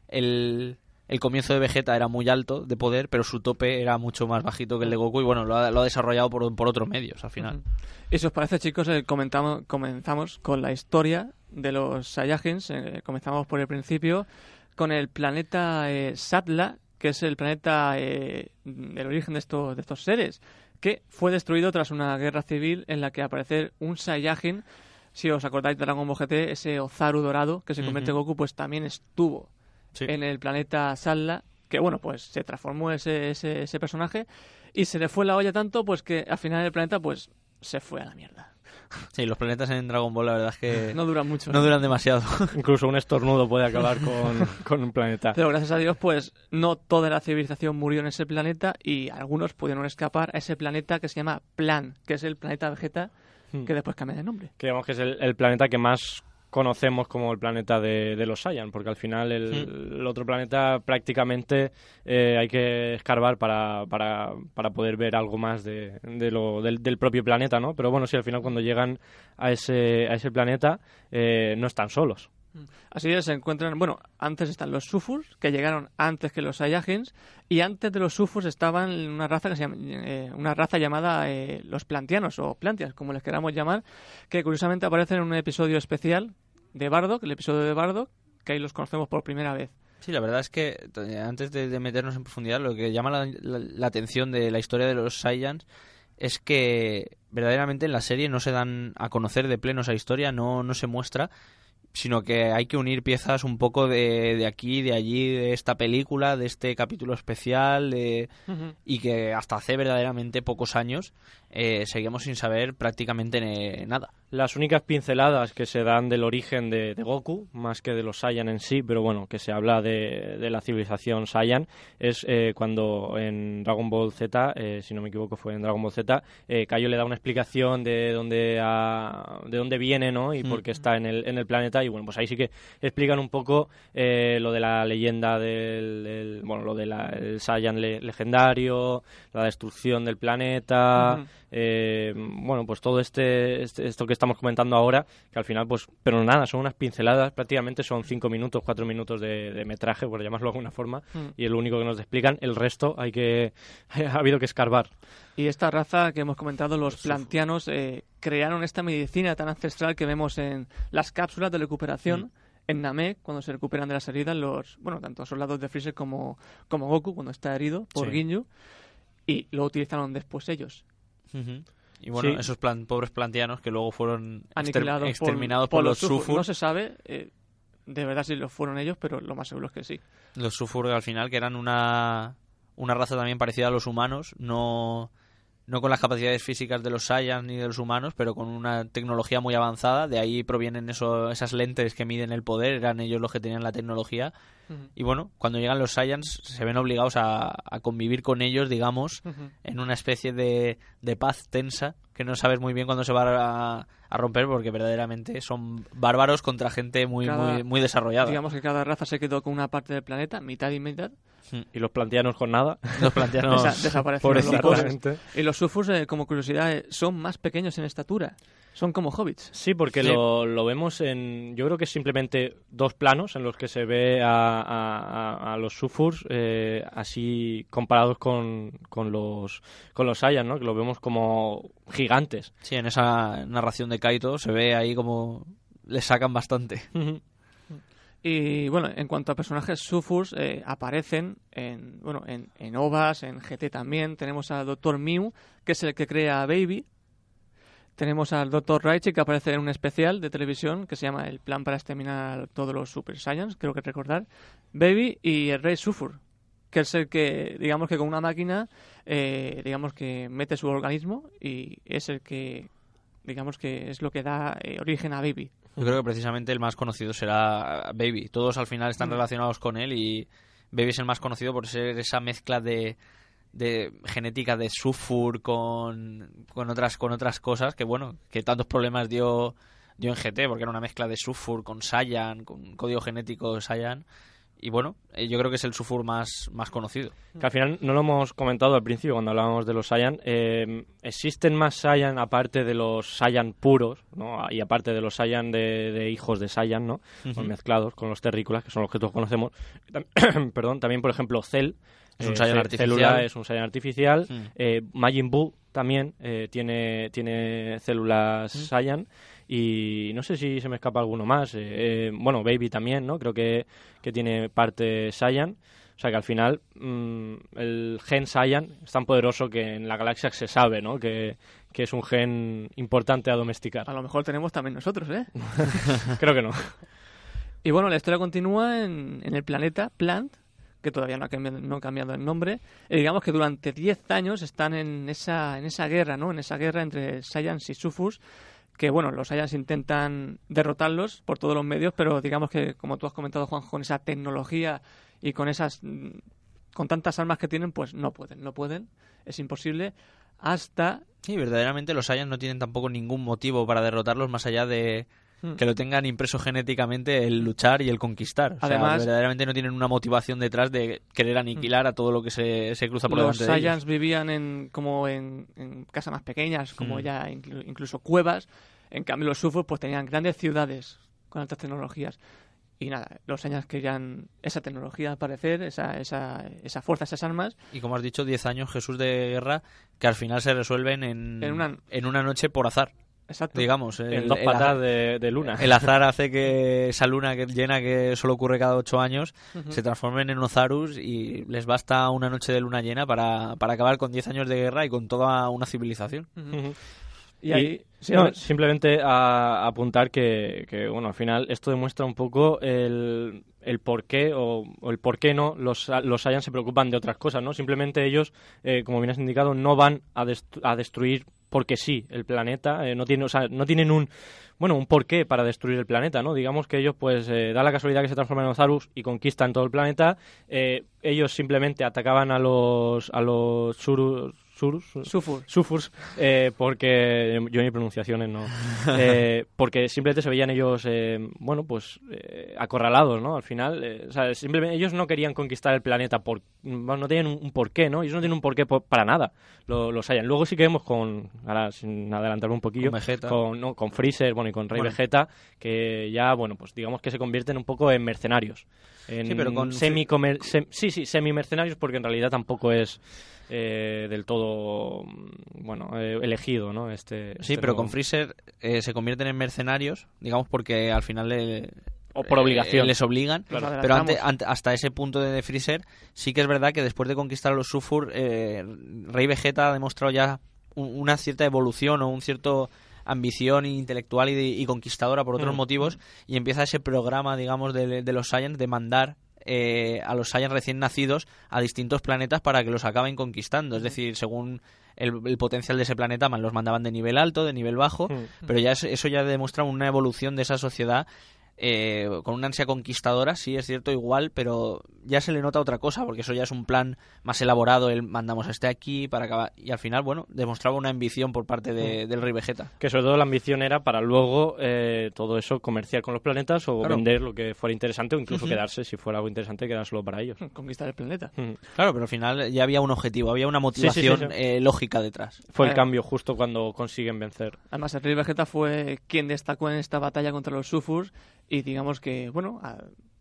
el, el comienzo de Vegeta era muy alto de poder, pero su tope era mucho más bajito que el de Goku y bueno, lo ha, lo ha desarrollado por, por otros medios al final. Ujú. Y si os parece, chicos, eh, comentamos, comenzamos con la historia de los Saiyajins. Eh, comenzamos por el principio con el planeta eh, Satla, que es el planeta eh, del origen de estos, de estos seres, que fue destruido tras una guerra civil en la que aparece un Saiyajin. Si os acordáis de Dragon Ball G T, ese Ozaru dorado que se convierte en Ujú. Goku, pues también estuvo Sí. en el planeta Satla, que bueno, pues se transformó ese, ese, ese personaje y se le fue la olla tanto pues que al final el planeta pues se fue a la mierda. Sí, los planetas en Dragon Ball la verdad es que No duran mucho. no duran demasiado. Incluso un estornudo puede acabar con, con un planeta. Pero gracias a Dios, pues no toda la civilización murió en ese planeta y algunos pudieron escapar a ese planeta que se llama Plan, que es el planeta Vegeta, que después cambia de nombre. Que digamos que es el, el planeta que más conocemos como el planeta de, de los Saiyan, porque al final el, Mm. el otro planeta prácticamente eh, hay que escarbar para, para, para poder ver algo más de, de lo, del, del propio planeta, ¿no? Pero bueno, sí, al final cuando llegan a ese, a ese planeta eh, no están solos. Así es, se encuentran, bueno, antes están los Sufus, que llegaron antes que los Saiyajins, y antes de los Sufus estaban una raza que se llama, eh, una raza llamada eh, los Plantianos, o Plantias, como les queramos llamar, que curiosamente aparecen en un episodio especial de Bardock, el episodio de Bardock, que ahí los conocemos por primera vez. Sí, la verdad es que eh, antes de, de meternos en profundidad, lo que llama la, la- la atención de la historia de los Saiyans es que verdaderamente en la serie no se dan a conocer de pleno esa historia, no, no se muestra, sino que hay que unir piezas un poco de, de aquí, de allí, de esta película, de este capítulo especial, de, y que hasta hace verdaderamente pocos años eh, seguimos sin saber prácticamente ne- nada. Las únicas pinceladas que se dan del origen de, de Goku, más que de los Saiyan en sí, pero bueno, que se habla de, de la civilización Saiyan, es eh, cuando en Dragon Ball Z, eh, si no me equivoco fue en Dragon Ball Z, eh, Kaio le da una explicación de dónde, ha- de dónde viene, ¿no? Y Mm. por qué está en el, en el planeta, y bueno, pues ahí sí que explican un poco eh, lo de la leyenda del, del- bueno, lo del Saiyan le- legendario, la destrucción del planeta, Ujú. eh, bueno, pues todo este, este- esto que estamos comentando ahora, que al final, pues, pero nada, son unas pinceladas, prácticamente son cinco minutos, cuatro minutos de, de metraje, por llamarlo de alguna forma, Mm. y es lo único que nos explican. El resto hay que ha habido que escarbar. Y esta raza que hemos comentado, los plantianos, eh, crearon esta medicina tan ancestral que vemos en las cápsulas de recuperación, Mm. en Namek, cuando se recuperan de las heridas, los, bueno, tanto soldados de Freezer como, como Goku, cuando está herido por Sí. Ginyu, y lo utilizaron después ellos. Ujú. Y bueno, Sí. esos plan- pobres planteanos que luego fueron exter- Aniquilados por- exterminados por, los Sufur. Sufur. No se sabe eh, de verdad si lo fueron ellos, pero lo más seguro es que sí. Los Sufur al final, que eran una, una raza también parecida a los humanos, no, no con las capacidades físicas de los Saiyans ni de los humanos, pero con una tecnología muy avanzada. De ahí provienen eso, esas lentes que miden el poder, eran ellos los que tenían la tecnología. Ujú. Y bueno, cuando llegan los Saiyans se ven obligados a, a convivir con ellos, digamos, Ujú. en una especie de, de paz tensa que no sabes muy bien cuándo se va a, a romper, porque verdaderamente son bárbaros contra gente muy, Cada- muy, muy desarrollada. Digamos que cada raza se quedó con una parte del planeta, mitad y mitad. Y los planteanos con nada. Los planteanos Desa- desaparecieron los pobrecitos. pobres. Exactamente. Y los Sufus, eh, como curiosidad, eh, son más pequeños en estatura. Son como hobbits. Sí, porque Sí. Lo, lo vemos en... Yo creo que es simplemente dos planos en los que se ve a, a- a- a los Sufurs eh, así comparados con, con los con los Saiyan, ¿no? Que los vemos como gigantes. Sí, en esa narración de Kaito se ve ahí como le sacan bastante. Y bueno, en cuanto a personajes Sufus, eh, aparecen en, bueno, en, en O V As, en G T también. Tenemos al doctor Mew, que es el que crea a Baby. Tenemos al doctor Raichi, que aparece en un especial de televisión que se llama El plan para exterminar todos los Super Saiyans, creo que recordar. Baby y el Rey Sufur, que es el que, digamos que con una máquina, eh, digamos que mete su organismo y es el que, digamos que es lo que da eh, origen a Baby. Yo creo que precisamente el más conocido será Baby. Todos al final están mm. relacionados con él y Baby es el más conocido por ser esa mezcla de, de genética de sulfur con, con otras con otras cosas que, bueno, que tantos problemas dio, dio en G T, porque era una mezcla de sulfur con Saiyan, con código genético Saiyan. Y bueno, yo creo que es el sulfur más, más conocido. Que al final no lo hemos comentado al principio cuando hablábamos de los Saiyan. Eh, ¿Existen más Saiyan aparte de los Saiyan puros, ¿no? Y aparte de los Saiyan de, de hijos de Saiyan, ¿no? Uh-huh. Pues mezclados con los terrícolas, que son los que todos conocemos. Perdón, también, por ejemplo, Cell. Es un eh, Saiyan artificial. Célula es un Saiyan artificial. Uh-huh. Eh, Majin Buu también eh, tiene, tiene células uh-huh. Saiyan. Y no sé si se me escapa alguno más. Eh, eh, bueno, Baby también, ¿no? Creo que, que tiene parte Saiyan. O sea que al final mmm, el gen Saiyan es tan poderoso que en la galaxia se sabe, ¿no? Que, que es un gen importante a domesticar. A lo mejor tenemos también nosotros, ¿eh? Creo que no. Y bueno, la historia continúa en, en el planeta Plant, que todavía no ha cambiado, no ha cambiado el nombre. Y digamos que durante diez años están en esa, en esa guerra, ¿no? En esa guerra entre Saiyans y Sulfurs, que bueno, los Saiyans intentan derrotarlos por todos los medios, pero digamos que, como tú has comentado, Juan, con esa tecnología y con esas con tantas armas que tienen, pues no pueden, no pueden, es imposible, hasta... Sí, verdaderamente los Saiyans no tienen tampoco ningún motivo para derrotarlos más allá de hmm. que lo tengan impreso genéticamente el luchar y el conquistar. O Además, sea, verdaderamente no tienen una motivación detrás de querer aniquilar a todo lo que se, se cruza por los delante de ellos. Los Saiyans vivían en, como en, en casas más pequeñas, como hmm. ya inclu- incluso cuevas. En cambio, los Sulfurs pues tenían grandes ciudades con altas tecnologías. Y nada, los Saiyans querían esa tecnología, al parecer, esa, esa, esa fuerza, esas armas. Y como has dicho, diez años, Jesús, de guerra, que al final se resuelven en, en, una... en una noche por azar. Exacto. Digamos, el, el, dos el patas azar, de, de luna. El azar hace que esa luna que llena, que solo ocurre cada ocho años, uh-huh. se transformen en Ozarus y les basta una noche de luna llena para, para acabar con diez años de guerra y con toda una civilización. Uh-huh. Y ahí, sí, no, simplemente a, a apuntar que, que, bueno, al final esto demuestra un poco el, el por qué o, o el por qué no los, los Saiyan se preocupan de otras cosas, ¿no? Simplemente ellos, eh, como bien has indicado, no van a, dest- a destruir porque sí el planeta, eh, no tienen, o sea, no tienen un, bueno, un porqué para destruir el planeta, ¿no? Digamos que ellos, pues, eh, da la casualidad que se transforman en Ozarus y conquistan todo el planeta. Eh, ellos simplemente atacaban a los, a los Surus. Surus, Sulfur. Sulfurs, eh, porque yo ni pronunciaciones no, eh, porque simplemente se veían ellos, eh, bueno, pues eh, acorralados, ¿no? Al final, eh, o sea, simplemente ellos no querían conquistar el planeta, por, no tenían un, un porqué, ¿no? Ellos no tienen un porqué por, para nada, lo, los Saiyan. Luego sí que vemos con, ahora sin adelantarme un poquillo, con Vegeta, con, no, con Freezer, bueno, y con Rey bueno. Vegeta, que ya, bueno, pues digamos que se convierten un poco en mercenarios, en sí, pero con semi sem, sí, sí, semi mercenarios, porque en realidad tampoco es Eh, del todo, bueno, eh, elegido, ¿no? Este, este sí, pero nuevo... con Freezer eh, se convierten en mercenarios, digamos, porque al final le, o por obligación eh, les obligan, claro. Pero ante, ante, hasta ese punto de, de Freezer sí que es verdad que después de conquistar a los Sulfur, eh, Rey Vegeta ha demostrado ya un, una cierta evolución o un cierto ambición intelectual y, de, y conquistadora por otros mm. motivos, y empieza ese programa, digamos, de, de los Saiyans de mandar Eh, a los Saiyans recién nacidos a distintos planetas para que los acaben conquistando. Es decir, según el, el potencial de ese planeta, los mandaban de nivel alto, de nivel bajo, mm. pero ya es, eso ya demuestra una evolución de esa sociedad eh, con una ansia conquistadora, sí, es cierto, igual, pero ya se le nota otra cosa, porque eso ya es un plan más elaborado, el mandamos a este aquí para acabar, y al final, bueno, demostraba una ambición por parte de, del Rey Vegeta. Que sobre todo la ambición era para luego eh, todo eso comerciar con los planetas o claro. vender lo que fuera interesante o incluso uh-huh. quedarse, si fuera algo interesante, quedar solo para ellos. Conquistar el planeta. Uh-huh. Claro, pero al final ya había un objetivo, había una motivación sí, sí, sí, sí. Eh, lógica detrás. Fue el eh, cambio justo cuando consiguen vencer. Además, el Rey Vegeta fue quien destacó en esta batalla contra los Sulfurs y digamos que, bueno, a,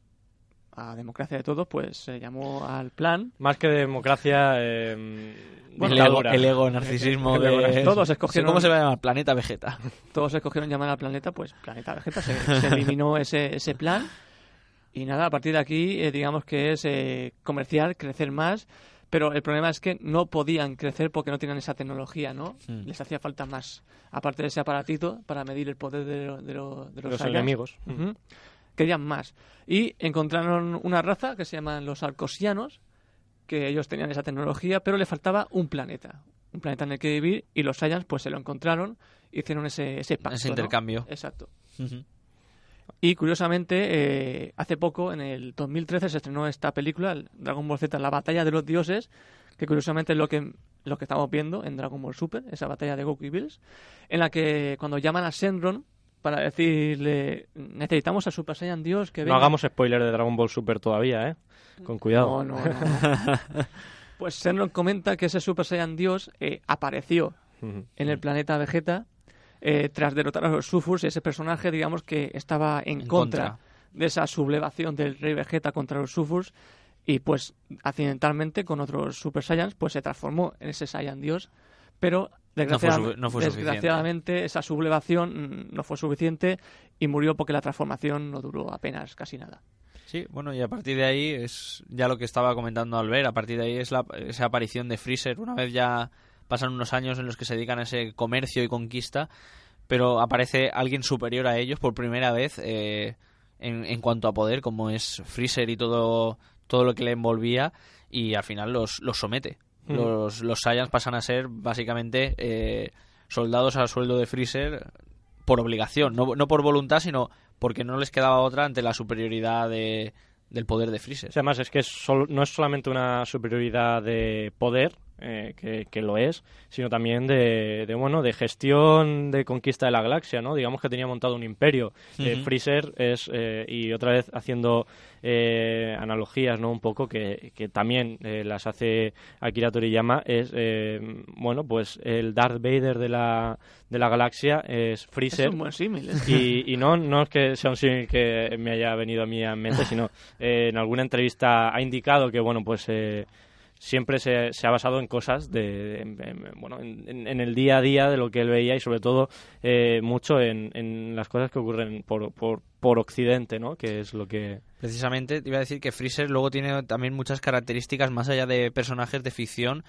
a democracia de todos, pues se llamó al plan. Más que democracia, eh, bueno, el, ego, el ego, narcisismo. El ego, de, todos escogieron. ¿Cómo se va a llamar? Planeta Vegeta. Todos escogieron llamar al planeta, pues Planeta Vegeta. Se, se eliminó ese, ese plan. Y nada, a partir de aquí, eh, digamos que es eh, comerciar, crecer más. Pero el problema es que no podían crecer porque no tenían esa tecnología, ¿no? Mm. Les hacía falta más. Aparte de ese aparatito para medir el poder de, lo, de, lo, de los, los enemigos. Uh-huh. Querían más. Y encontraron una raza que se llaman los arcosianos, que ellos tenían esa tecnología, pero le faltaba un planeta. Un planeta en el que vivir, y los Saiyans pues se lo encontraron, hicieron ese, ese pacto, Ese ¿no? intercambio. Exacto. Uh-huh. Y curiosamente, eh, hace poco, en el dos mil trece, se estrenó esta película, el Dragon Ball Z, la batalla de los dioses, que curiosamente es lo que, lo que estamos viendo en Dragon Ball Super, esa batalla de Goku y Bills, en la que cuando llaman a Shenron para decirle, necesitamos a Super Saiyan Dios que venga. No hagamos spoiler de Dragon Ball Super todavía, ¿eh? Con cuidado. No, no, no. no. Pues Shenron comenta que ese Super Saiyan Dios eh, apareció en el planeta Vegeta eh, tras derrotar a los Sufurs, ese personaje, digamos, que estaba en, En contra, contra. de esa sublevación del rey Vegeta contra los Sufurs, y pues accidentalmente con otros Super Saiyans pues se transformó en ese Saiyan Dios, pero desgraciada- No fue su- no fue suficiente. desgraciadamente esa sublevación mm, no fue suficiente y murió porque la transformación no duró apenas casi nada. Sí, bueno, y a partir de ahí es ya lo que estaba comentando Albert, a partir de ahí es la, esa aparición de Freezer, una vez ya pasan unos años en los que se dedican a ese comercio y conquista, pero aparece alguien superior a ellos por primera vez eh, en, en cuanto a poder, como es Freezer y todo, todo lo que le envolvía, y al final los, los somete. Mm. Los, los Saiyans pasan a ser básicamente eh, soldados a sueldo de Freezer por obligación, no, no por voluntad, sino porque no les quedaba otra ante la superioridad de, del poder de Freezer. O sea, además es que es sol- no es solamente una superioridad de poder, eh, que, que lo es, sino también de, de, bueno, de gestión de conquista de la galaxia, ¿no? Digamos que tenía montado un imperio. Eh, Ujú. Freezer es, eh, y otra vez haciendo eh, analogías, ¿no? Un poco que, que también eh, las hace Akira Toriyama, es, eh, bueno, pues el Darth Vader de la, de la galaxia es Freezer. Es un buen símil, ¿eh? Y, y no, no es que sea un símil que me haya venido a mí en mente, sino eh, en alguna entrevista ha indicado que, bueno, pues eh, siempre se, se ha basado en cosas de, en, en- bueno, en, en- en el día a día de lo que él veía, y sobre todo eh, mucho en, en las cosas que ocurren por, por, por Occidente, ¿no? Que es lo que... Precisamente te iba a decir que Freezer luego tiene también muchas características más allá de personajes de ficción,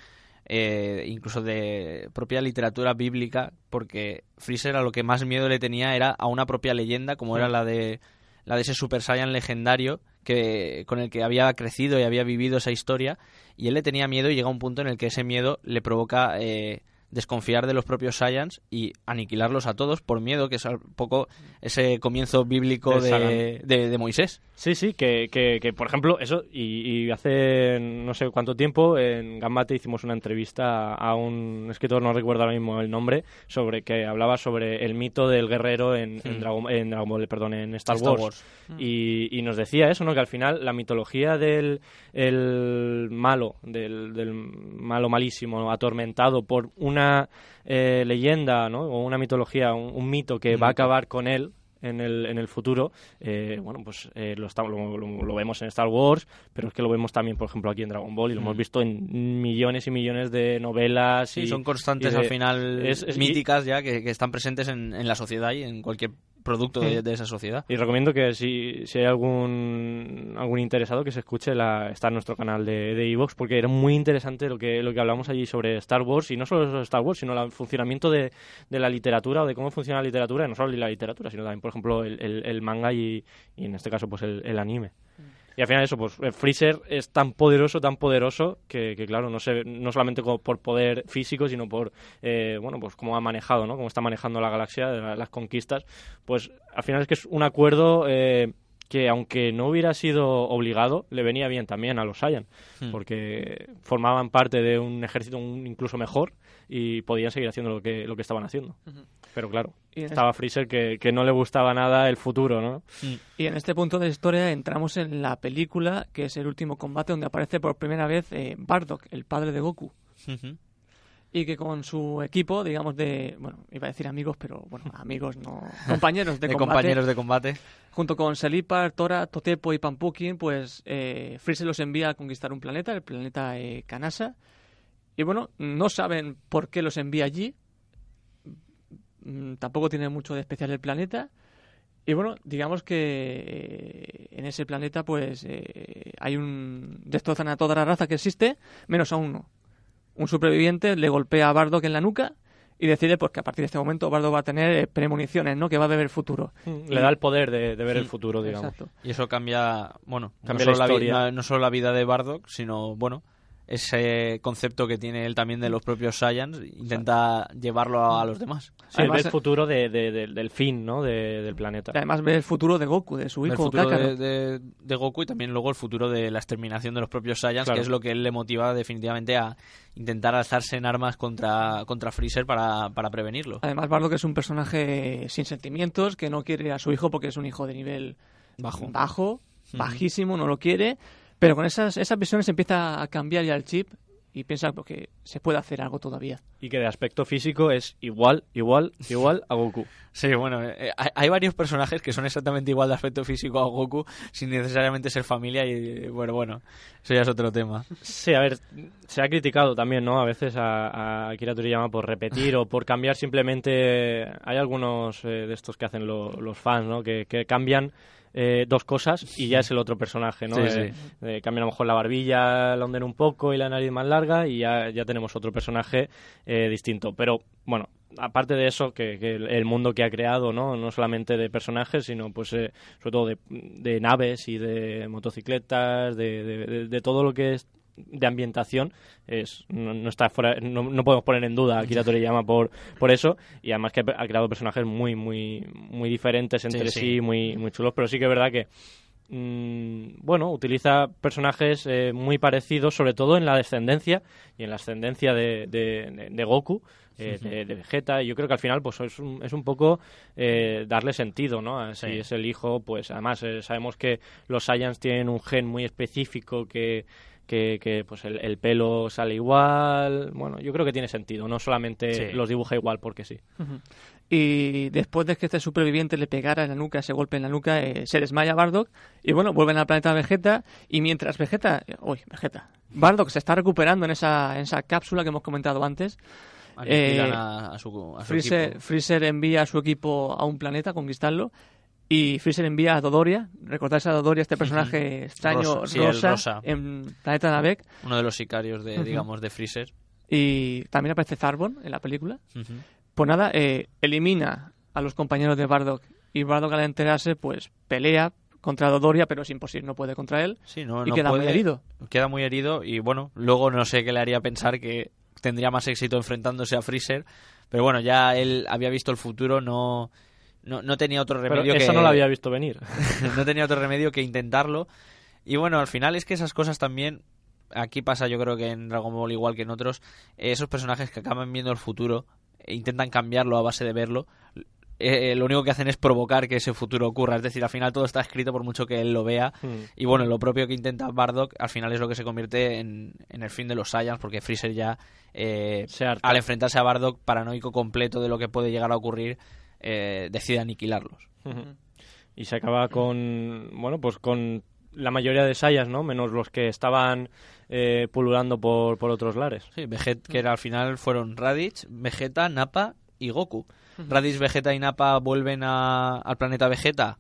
eh, incluso de propia literatura bíblica, porque Freezer a lo que más miedo le tenía era a una propia leyenda, como era la de la de ese Super Saiyan legendario que con el que había crecido y había vivido esa historia, y él le tenía miedo, y llega un punto en el que ese miedo le provoca eh, desconfiar de los propios Saiyans y aniquilarlos a todos por miedo, que es un poco ese comienzo bíblico Del de, de, de Moisés. Sí, sí, que, que, que por ejemplo, eso, y, y hace no sé cuánto tiempo en Gambate hicimos una entrevista a un escritor, no recuerdo ahora mismo el nombre, sobre que hablaba sobre el mito del guerrero en, en, Hmm. Dragon, en Dragon Ball, perdón, en Star, Star Wars. Wars. Y, y nos decía eso, ¿no? Que al final la mitología del el malo, del, del malo malísimo, ¿no? Atormentado por una eh, leyenda, ¿no? O una mitología, un, un mito que Un va a mito. acabar con él en el, en el futuro, eh, bueno, pues eh, lo, estamos, lo, lo- lo vemos en Star Wars, pero es que lo vemos también, por ejemplo, aquí en Dragon Ball, y lo Mm. hemos visto en millones y millones de novelas. Sí, y, son constantes y de- al final es- es- míticas ya que, que están presentes en, en la sociedad y en cualquier producto de, Mm. de esa sociedad. Y recomiendo que si, si hay algún algún interesado que se escuche, la, está en nuestro canal de de iVoox, porque era muy interesante lo que lo que hablamos allí sobre Star Wars, y no solo sobre Star Wars, sino el funcionamiento de, de la literatura, o de cómo funciona la literatura, y no solo la literatura, sino también, por ejemplo, el, el, el manga y, y en este caso pues el, el anime. Y al final eso, pues eh, Freezer es tan poderoso, tan poderoso, que, que claro, no se, no solamente como por poder físico, sino por, eh, bueno, pues cómo ha manejado, ¿no? Cómo está manejando la galaxia, la- las conquistas. Pues al final es que es un acuerdo eh, que, aunque no hubiera sido obligado, le venía bien también a los Saiyan, Hmm. porque formaban parte de un ejército un- incluso mejor, y podían seguir haciendo lo que, lo que estaban haciendo. Pero claro, Y en estaba Freezer que, que no le gustaba nada el futuro, ¿no? Y en este punto de la historia entramos en la película, que es el último combate, donde aparece por primera vez eh, Bardock, el padre de Goku. Ujú. Y que con su equipo, digamos, de... Bueno, iba a decir amigos, pero bueno, amigos no... Compañeros de, de combate. compañeros de combate. Junto con Selipar, Tora, Totepo y Pampukin, pues eh, Freezer los envía a conquistar un planeta, el planeta eh, Kanasa. Y bueno, no saben por qué los envía allí. Mm, Tampoco tiene mucho de especial el planeta. Y bueno, digamos que eh, en ese planeta pues eh, hay un... destrozan a toda la raza que existe, menos a uno. Un superviviente le golpea a Bardock en la nuca y decide pues que a partir de este momento Bardock va a tener eh, premoniciones, ¿no? Que va a ver el futuro. Le da el poder de, de ver el Sí, futuro, digamos. Exacto. Y eso cambia, bueno, Cambia no, la solo la, vi- historia. no, no solo la vida de Bardock, sino, bueno, ese concepto que tiene él también de los propios Saiyans, intenta llevarlo a, a los demás. Sí, él ve Además, el futuro de, de- de- del fin, ¿no? De- del planeta. Y además ve el futuro de Goku, de su El hijo futuro Kakarot. de, de- de Goku y también luego el futuro de la exterminación de los propios Saiyans, Claro. que es lo que él le motiva definitivamente a intentar alzarse en armas contra, contra Freezer para, para prevenirlo. Además, Bardock es un personaje sin sentimientos, que no quiere a su hijo porque es un hijo de nivel Bajo. bajo, bajísimo, no lo quiere. Pero con esas, esas visiones empieza a cambiar ya el chip y piensa que se puede hacer algo todavía. Y que de aspecto físico es igual, igual, igual a Goku. Sí, bueno, eh, hay, hay varios personajes que son exactamente igual de aspecto físico a Goku sin necesariamente ser familia y bueno, bueno, eso ya es otro tema. Sí, a ver, se ha criticado también, ¿no? A veces a, a Akira Toriyama por repetir o por cambiar simplemente... Hay algunos eh, de estos que hacen lo- los fans, ¿no? Que, que cambian eh, dos cosas y ya es el otro personaje, ¿no? Sí, Eh, eh, cambian a lo mejor la barbilla, la ondera un poco y la nariz más larga y ya, ya tenemos otro personaje eh, distinto. Pero, bueno, aparte de eso, que, que el, el mundo que ha creado, ¿no? No solamente de personajes, sino pues eh, sobre todo de, de naves y de motocicletas, de, de, de- de todo lo que es de ambientación, es no, no está fuera, no, no podemos poner en duda a Akira Toriyama por por eso, y además que ha creado personajes muy muy muy diferentes entre Sí, sí, sí. muy muy chulos, pero sí que es verdad que mm, bueno, utiliza personajes eh, muy parecidos, sobre todo en la descendencia y en la ascendencia de, de, de- de Goku, eh, de, de Vegeta, y yo creo que al final pues es un, es un poco eh, darle sentido, ¿no? Si Sí. es el hijo, pues además eh, sabemos que los Saiyans tienen un gen muy específico que que, que pues el, el pelo sale igual. Bueno, yo creo que tiene sentido, no solamente Sí. los dibuja igual porque sí. Ujú. Y después de que este superviviente le pegara en la nuca, ese golpe en la nuca, eh, se desmaya Bardock y bueno, vuelven al planeta Vegeta y mientras Vegeta, eh, uy, Vegeta, Bardock se está recuperando en esa, en esa cápsula que hemos comentado antes, Aniquilan eh, a, a su, a su Freezer, equipo. Freezer envía a su equipo a un planeta a conquistarlo y Freezer envía a Dodoria, recordáis a Dodoria, este personaje extraño Rosa, sí, el rosa, rosa. en planeta Namek, Uno de los sicarios de, Ujú. digamos, de Freezer. y también aparece Zarbon en la película. Ujú. Pues nada, eh, elimina a los compañeros de Bardock y Bardock al enterarse pues pelea contra Dodoria, pero es imposible, no puede contra él Sí, no, y no queda muy puede- herido. Queda muy herido y bueno, luego no sé qué le haría pensar que tendría más éxito enfrentándose a Freezer, pero bueno, ya él había visto el futuro, no, no, no tenía otro Pero remedio eso que no lo había visto venir. no tenía otro remedio que intentarlo. Y bueno, al final es que esas cosas también, aquí pasa yo creo que en Dragon Ball igual que en otros, eh, esos personajes que acaban viendo el futuro e intentan cambiarlo a base de verlo, eh, lo único que hacen es provocar que ese futuro ocurra. Es decir, al final todo está escrito por mucho que él lo vea. Hmm. Y bueno, lo propio que intenta Bardock al final es lo que se convierte en, en el fin de los Saiyans, porque Freezer ya, eh, Se harta. al enfrentarse a Bardock, paranoico completo de lo que puede llegar a ocurrir, eh, decide aniquilarlos. Ujú. Y se acaba con, bueno, pues con la mayoría de Saiyans, ¿no? Menos los que estaban eh, pululando por, por otros lares. Sí, Veget, que era, al final fueron Raditz, Vegeta, Nappa y Goku. Raditz, Vegeta y Nappa vuelven a- al planeta Vegeta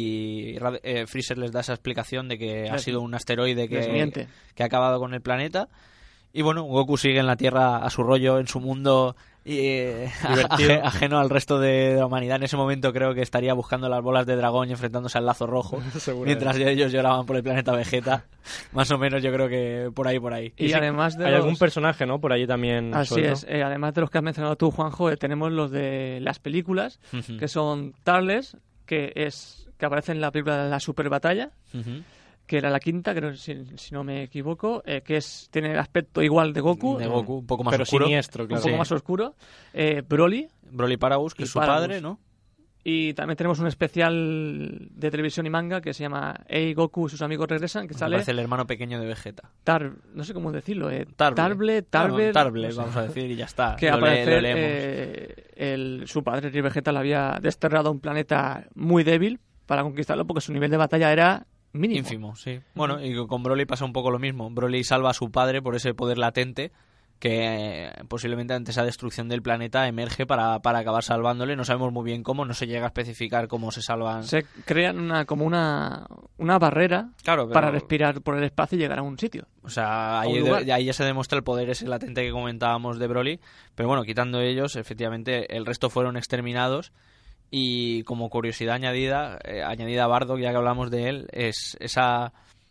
y Rad- eh, Freezer les da esa explicación de que ha Les- sido un asteroide les que, miente. que ha acabado con el planeta. Y bueno, Goku sigue en la Tierra a su rollo, en su mundo, y, eh, Divertido. aje- ajeno al resto de la humanidad. En ese momento creo que estaría buscando las bolas de dragón y enfrentándose al lazo rojo, mientras ellos lloraban por el planeta Vegeta. Más o menos yo creo que por ahí, por ahí. Y, sí, además de Hay los... algún personaje, ¿no? Por allí también Así suelto. es, eh, además de los que has mencionado tú, Juanjo, eh, tenemos los de las películas, Ujú. que son Tarles, que es que aparece en la película de la Super Batalla, Ujú. que era la quinta, creo, si, si no me equivoco, eh, que es tiene el aspecto igual de Goku, De Goku, un poco más Pero oscuro. siniestro, un claro. poco Sí. más oscuro, eh, Broly, Broly Paragus, que Y es su Paragus. padre, ¿no? y también tenemos un especial de televisión y manga que se llama Hey Goku y sus amigos regresan, que Me sale parece el hermano pequeño de Vegeta. Tar, no sé cómo decirlo, eh, Tarble. Tarble, Tarble, Bueno, Tarble, no sé. vamos a decir, y ya está. que Lo al le- parecer lo leemos. eh, el, su padre, Rey Vegeta, le había desterrado a un planeta muy débil para conquistarlo porque su nivel de batalla era mínimo. Ínfimo, sí. Bueno, y con Broly pasa un poco lo mismo. Broly salva a su padre por ese poder latente que eh, posiblemente ante esa destrucción del planeta emerge para, para acabar salvándole. No sabemos muy bien cómo, no se llega a especificar cómo se salvan. Se crean una, como una, una barrera Claro, pero- para respirar por el espacio y llegar a un sitio. O sea, a ahí, un lugar. de- ahí ya se demuestra el poder ese latente que comentábamos de Broly. Pero bueno, quitando ellos, efectivamente, el resto fueron exterminados. Y como curiosidad añadida, eh, añadida a Bardock, ya que hablamos de él, es esa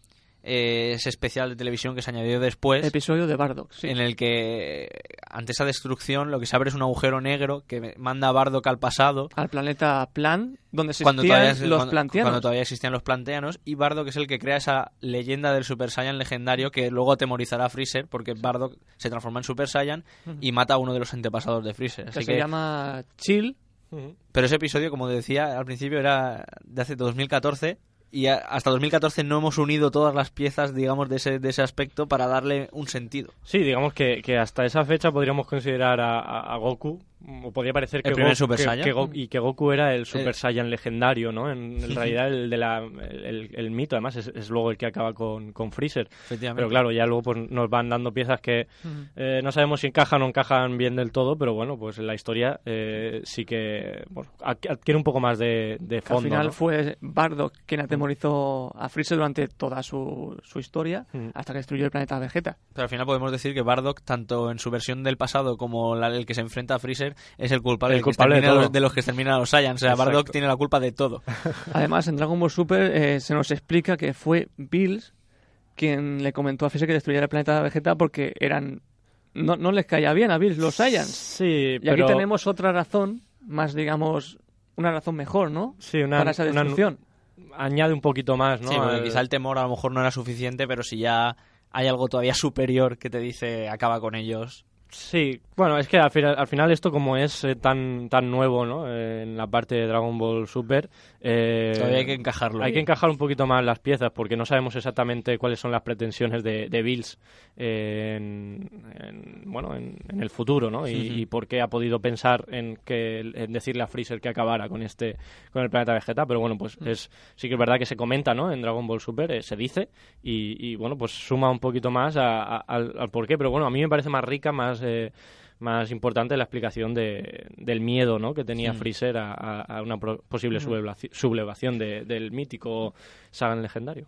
eh, ese especial de televisión que se añadió después. Episodio de Bardock, sí. En el que, ante esa destrucción, lo que se abre es un agujero negro que manda a Bardock al pasado. Al planeta Plan, donde Cuando existían todavía, los cuando, planteanos. cuando todavía existían los planteanos. Y Bardock es el que crea esa leyenda del Super Saiyan legendario que luego atemorizará a Freezer, porque Bardock se transforma en Super Saiyan y mata a uno de los antepasados de Freezer. Que Así se que, llama Chill. pero ese episodio, como decía al principio, era de hace dos mil catorce. Y hasta dos mil catorce no hemos unido todas las piezas, digamos, de ese, de ese aspecto para darle un sentido. Sí, digamos que, que hasta esa fecha podríamos considerar a, a, a Goku, o podría parecer que, ¿El primer Goku, Super que, Saiyan? que Goku, y que Goku era el Super Eh. Saiyan legendario, ¿no? En, en realidad el, de la, el, el, el mito, además, es, es luego el que acaba con, con Freezer. Efectivamente. Pero claro, ya luego pues, nos van dando piezas que eh, no sabemos si encajan o no encajan bien del todo, pero bueno, pues la historia eh, sí que bueno, adquiere un poco más de, de Que al fondo. final ¿no? fue Bardock quien atemorizó a Freezer durante toda su, su historia, Mm. hasta que destruyó el planeta Vegeta. Pero al final podemos decir que Bardock, tanto en su versión del pasado como la, el que se enfrenta a Freezer, es el culpable, El del que culpable de extermina todo. los- de los que exterminan a los Saiyans. O sea, Exacto. Bardock tiene la culpa de todo. Además, en Dragon Ball Super eh, se nos explica que fue Bills quien le comentó a Freezer que destruyera el planeta Vegeta porque eran no, no les caía bien a Bills los Saiyans. Sí, Y pero... aquí tenemos otra razón, más digamos, una razón mejor, ¿no? Sí, una, Para esa una- destrucción. añade un poquito más, ¿no? Sí, porque Al- quizá el temor a lo mejor no era suficiente, pero si ya hay algo todavía superior que te dice acaba con ellos. Sí, bueno, es que al final, al final esto como es eh, tan tan nuevo, ¿no? Eh, en la parte de Dragon Ball Super, eh, Todavía hay que encajarlo. Hay que encajar un poquito más las piezas porque no sabemos exactamente cuáles son las pretensiones de, de Bills eh, en, en, bueno, en, en el futuro, ¿no? Y, Ujú. y por qué ha podido pensar en que en decirle a Freezer que acabara con este con el planeta Vegeta, pero bueno, pues es sí que es verdad que se comenta, ¿no? En Dragon Ball Super eh, se dice y, y bueno, pues suma un poquito más a- a- al, al por qué, pero bueno, a mí me parece más rica, más eh, más importante la explicación de, del miedo, ¿no? Que tenía Sí. Freezer a, a- a una pro- posible sublevaci- sublevación de- del mítico Sagan legendario.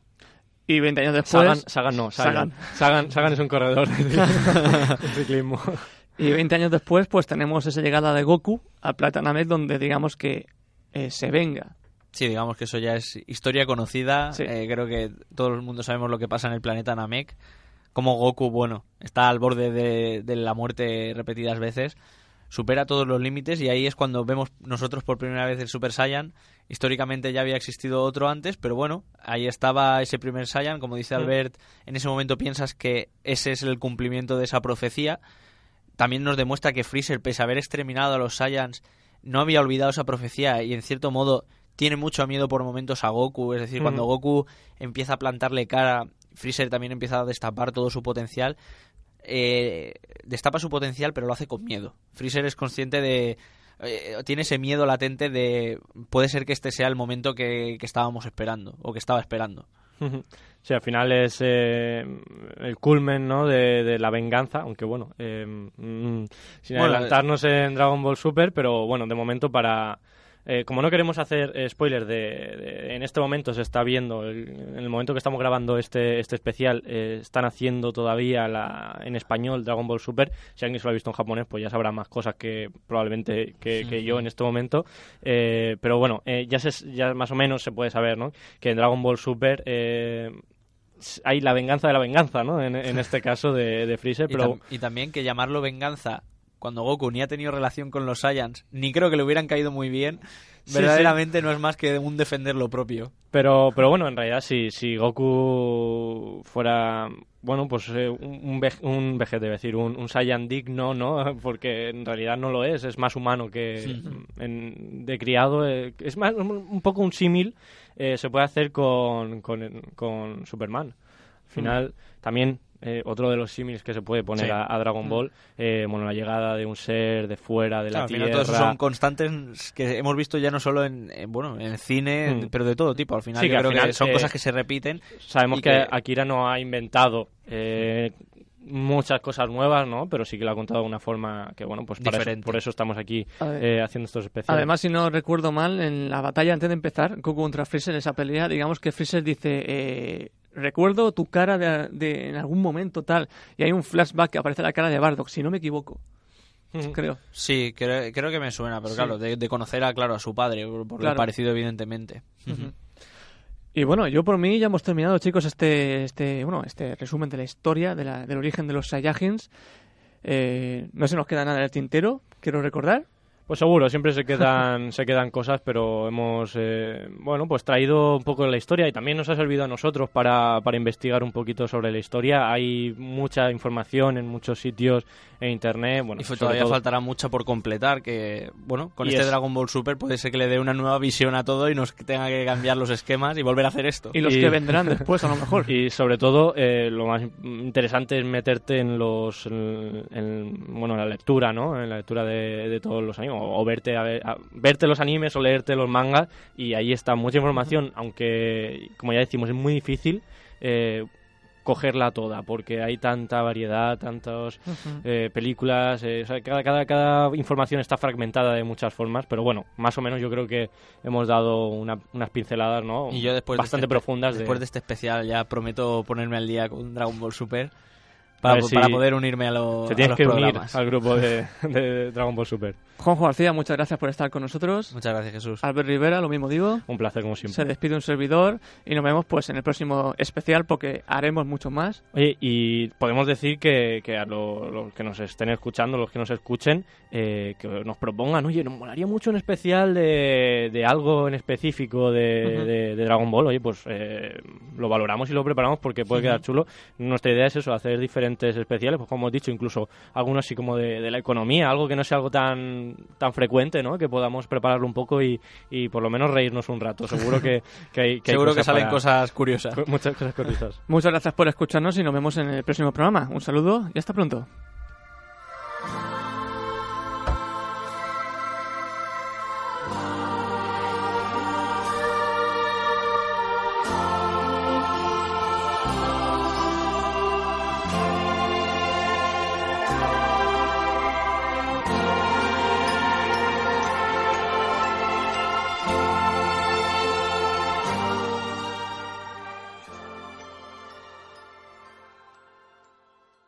Y veinte años después... Sagan, Sagan no, Sagan. Sagan, Sagan es un corredor de de ciclismo. Y veinte años después, pues tenemos esa llegada de Goku al planeta Namek, donde digamos que eh, se venga. Sí, digamos que eso ya es historia conocida. Sí. Eh, creo que todo el mundo sabemos lo que pasa en el planeta Namek. Como Goku, bueno, está al borde de, de la muerte repetidas veces, supera todos los límites y ahí es cuando vemos nosotros por primera vez el Super Saiyan. Históricamente ya había existido otro antes, pero bueno, ahí estaba ese primer Saiyan. Como dice Albert, en ese momento piensas que ese es el cumplimiento de esa profecía. También nos demuestra que Freezer, pese a haber exterminado a los Saiyans, no había olvidado esa profecía y en cierto modo tiene mucho miedo por momentos a Goku. Es decir, cuando Ujú. Goku empieza a plantarle cara, Freezer también empieza a destapar todo su potencial. Eh, destapa su potencial, pero lo hace con miedo. Freezer es consciente de... eh, tiene ese miedo latente de... Puede ser que este sea el momento que, que estábamos esperando, o que estaba esperando. Sí, al final es eh, el culmen, ¿no? de, de la venganza, aunque bueno, eh, mm, sin Bueno, adelantarnos en Dragon Ball Super, pero bueno, de momento para... eh, como no queremos hacer eh, spoilers de, de- en este momento se está viendo, el- en el momento que estamos grabando este este especial, eh, están haciendo todavía la, en español Dragon Ball Super. Si alguien se lo ha visto en japonés, pues ya sabrá más cosas que probablemente que, que yo en este momento. Eh, pero bueno, eh, ya, se, ya más o menos se puede saber, ¿no? Que en Dragon Ball Super... Eh, hay la venganza de la venganza, ¿no? En, en este caso de, de Freezer, Y, pero tam- y también que llamarlo venganza cuando Goku ni ha tenido relación con los Saiyans, ni creo que le hubieran caído muy bien, Sí, verdaderamente no es más que un defender lo propio. pero pero bueno, en realidad si si Goku fuera bueno, pues eh, un un, vej- un Vegeta, iba a decir, un, un Saiyan digno, ¿no? Porque en realidad no lo es, es más humano que Sí. en- de criado, eh, es más un, un poco un símil eh, se puede hacer con con, con Superman. Al final también eh, otro de los símiles que se puede poner Sí. a, a Dragon Ball, eh, bueno, la llegada de un ser de fuera de la Claro, al final Tierra. todos esos son constantes que hemos visto ya no solo en, en, bueno, en el cine, Mm. pero de todo tipo. Al final Sí, yo que al creo final, que son eh, cosas que se repiten. Sabemos y que, que- Akira no ha inventado eh, muchas cosas nuevas, ¿no? Pero sí que lo ha contado de una forma que, bueno, pues para eso, Diferente. por eso estamos aquí A ver. eh, haciendo estos especiales. Además, si no recuerdo mal, en la batalla antes de empezar, Goku contra Freezer, esa pelea, digamos que Freezer dice, eh, recuerdo tu cara de, de- en algún momento tal, y hay un flashback que aparece la cara de Bardock, si no me equivoco, Ujú. creo. Sí, creo, creo que me suena, pero Sí. claro, de, de conocer a, claro, a su padre, por por Claro. lo parecido, evidentemente. Ujú. Y bueno, yo por mí ya hemos terminado, chicos, este este bueno este resumen de la historia, de la, del origen de los Saiyajins. Eh, no se nos queda nada en el tintero, quiero recordar. Pues seguro, siempre se quedan se quedan cosas, pero hemos eh, bueno pues traído un poco de la historia y también nos ha servido a nosotros para, para investigar un poquito sobre la historia. Hay mucha información en muchos sitios en internet. Bueno, y fue, todavía todo. faltará mucha por completar, que bueno, con y este es... Dragon Ball Super puede ser que le dé una nueva visión a todo y nos tenga que cambiar los esquemas y volver a hacer esto. Y los y... que vendrán después, a lo mejor. Y sobre todo, eh, lo más interesante es meterte en los en, en, bueno, en la lectura, ¿no? En la lectura de, de todos los animes, o, o verte a, ver, a verte los animes o leerte los mangas, y ahí está mucha información, uh-huh. aunque, como ya decimos, es muy difícil eh, cogerla toda, porque hay tanta variedad, tantas uh-huh. eh, películas, eh, o sea, cada, cada, cada información está fragmentada de muchas formas, pero bueno, más o menos yo creo que hemos dado una, unas pinceladas, ¿no? Y yo después bastante de este, profundas. Después de... de este especial ya prometo ponerme al día con Dragon Ball Super para, si para poder unirme a, lo, se tienes a los que programas. unir al grupo de, de Dragon Ball Super. Juanjo García, muchas gracias por estar con nosotros. Muchas gracias, Jesús. Albert Rivera, lo mismo digo. Un placer, como siempre. Se despide un servidor y nos vemos pues en el próximo especial, porque haremos mucho más. Oye, y podemos decir que, que a los lo que nos estén escuchando, los que nos escuchen, eh, que nos propongan, oye, nos molaría mucho un especial de, de algo en específico de, uh-huh. de, de Dragon Ball. Oye, pues eh, lo valoramos y lo preparamos porque puede uh-huh. quedar chulo. Nuestra idea es eso, hacer diferentes especiales, pues como hemos dicho, incluso algunos así como de, de la economía, algo que no sea algo tan tan frecuente, ¿no? Que podamos prepararlo un poco y, y por lo menos reírnos un rato. Seguro que, que hay que Seguro hay que salen para... cosas curiosas. Muchas cosas curiosas. Muchas gracias por escucharnos y nos vemos en el próximo programa. Un saludo y hasta pronto.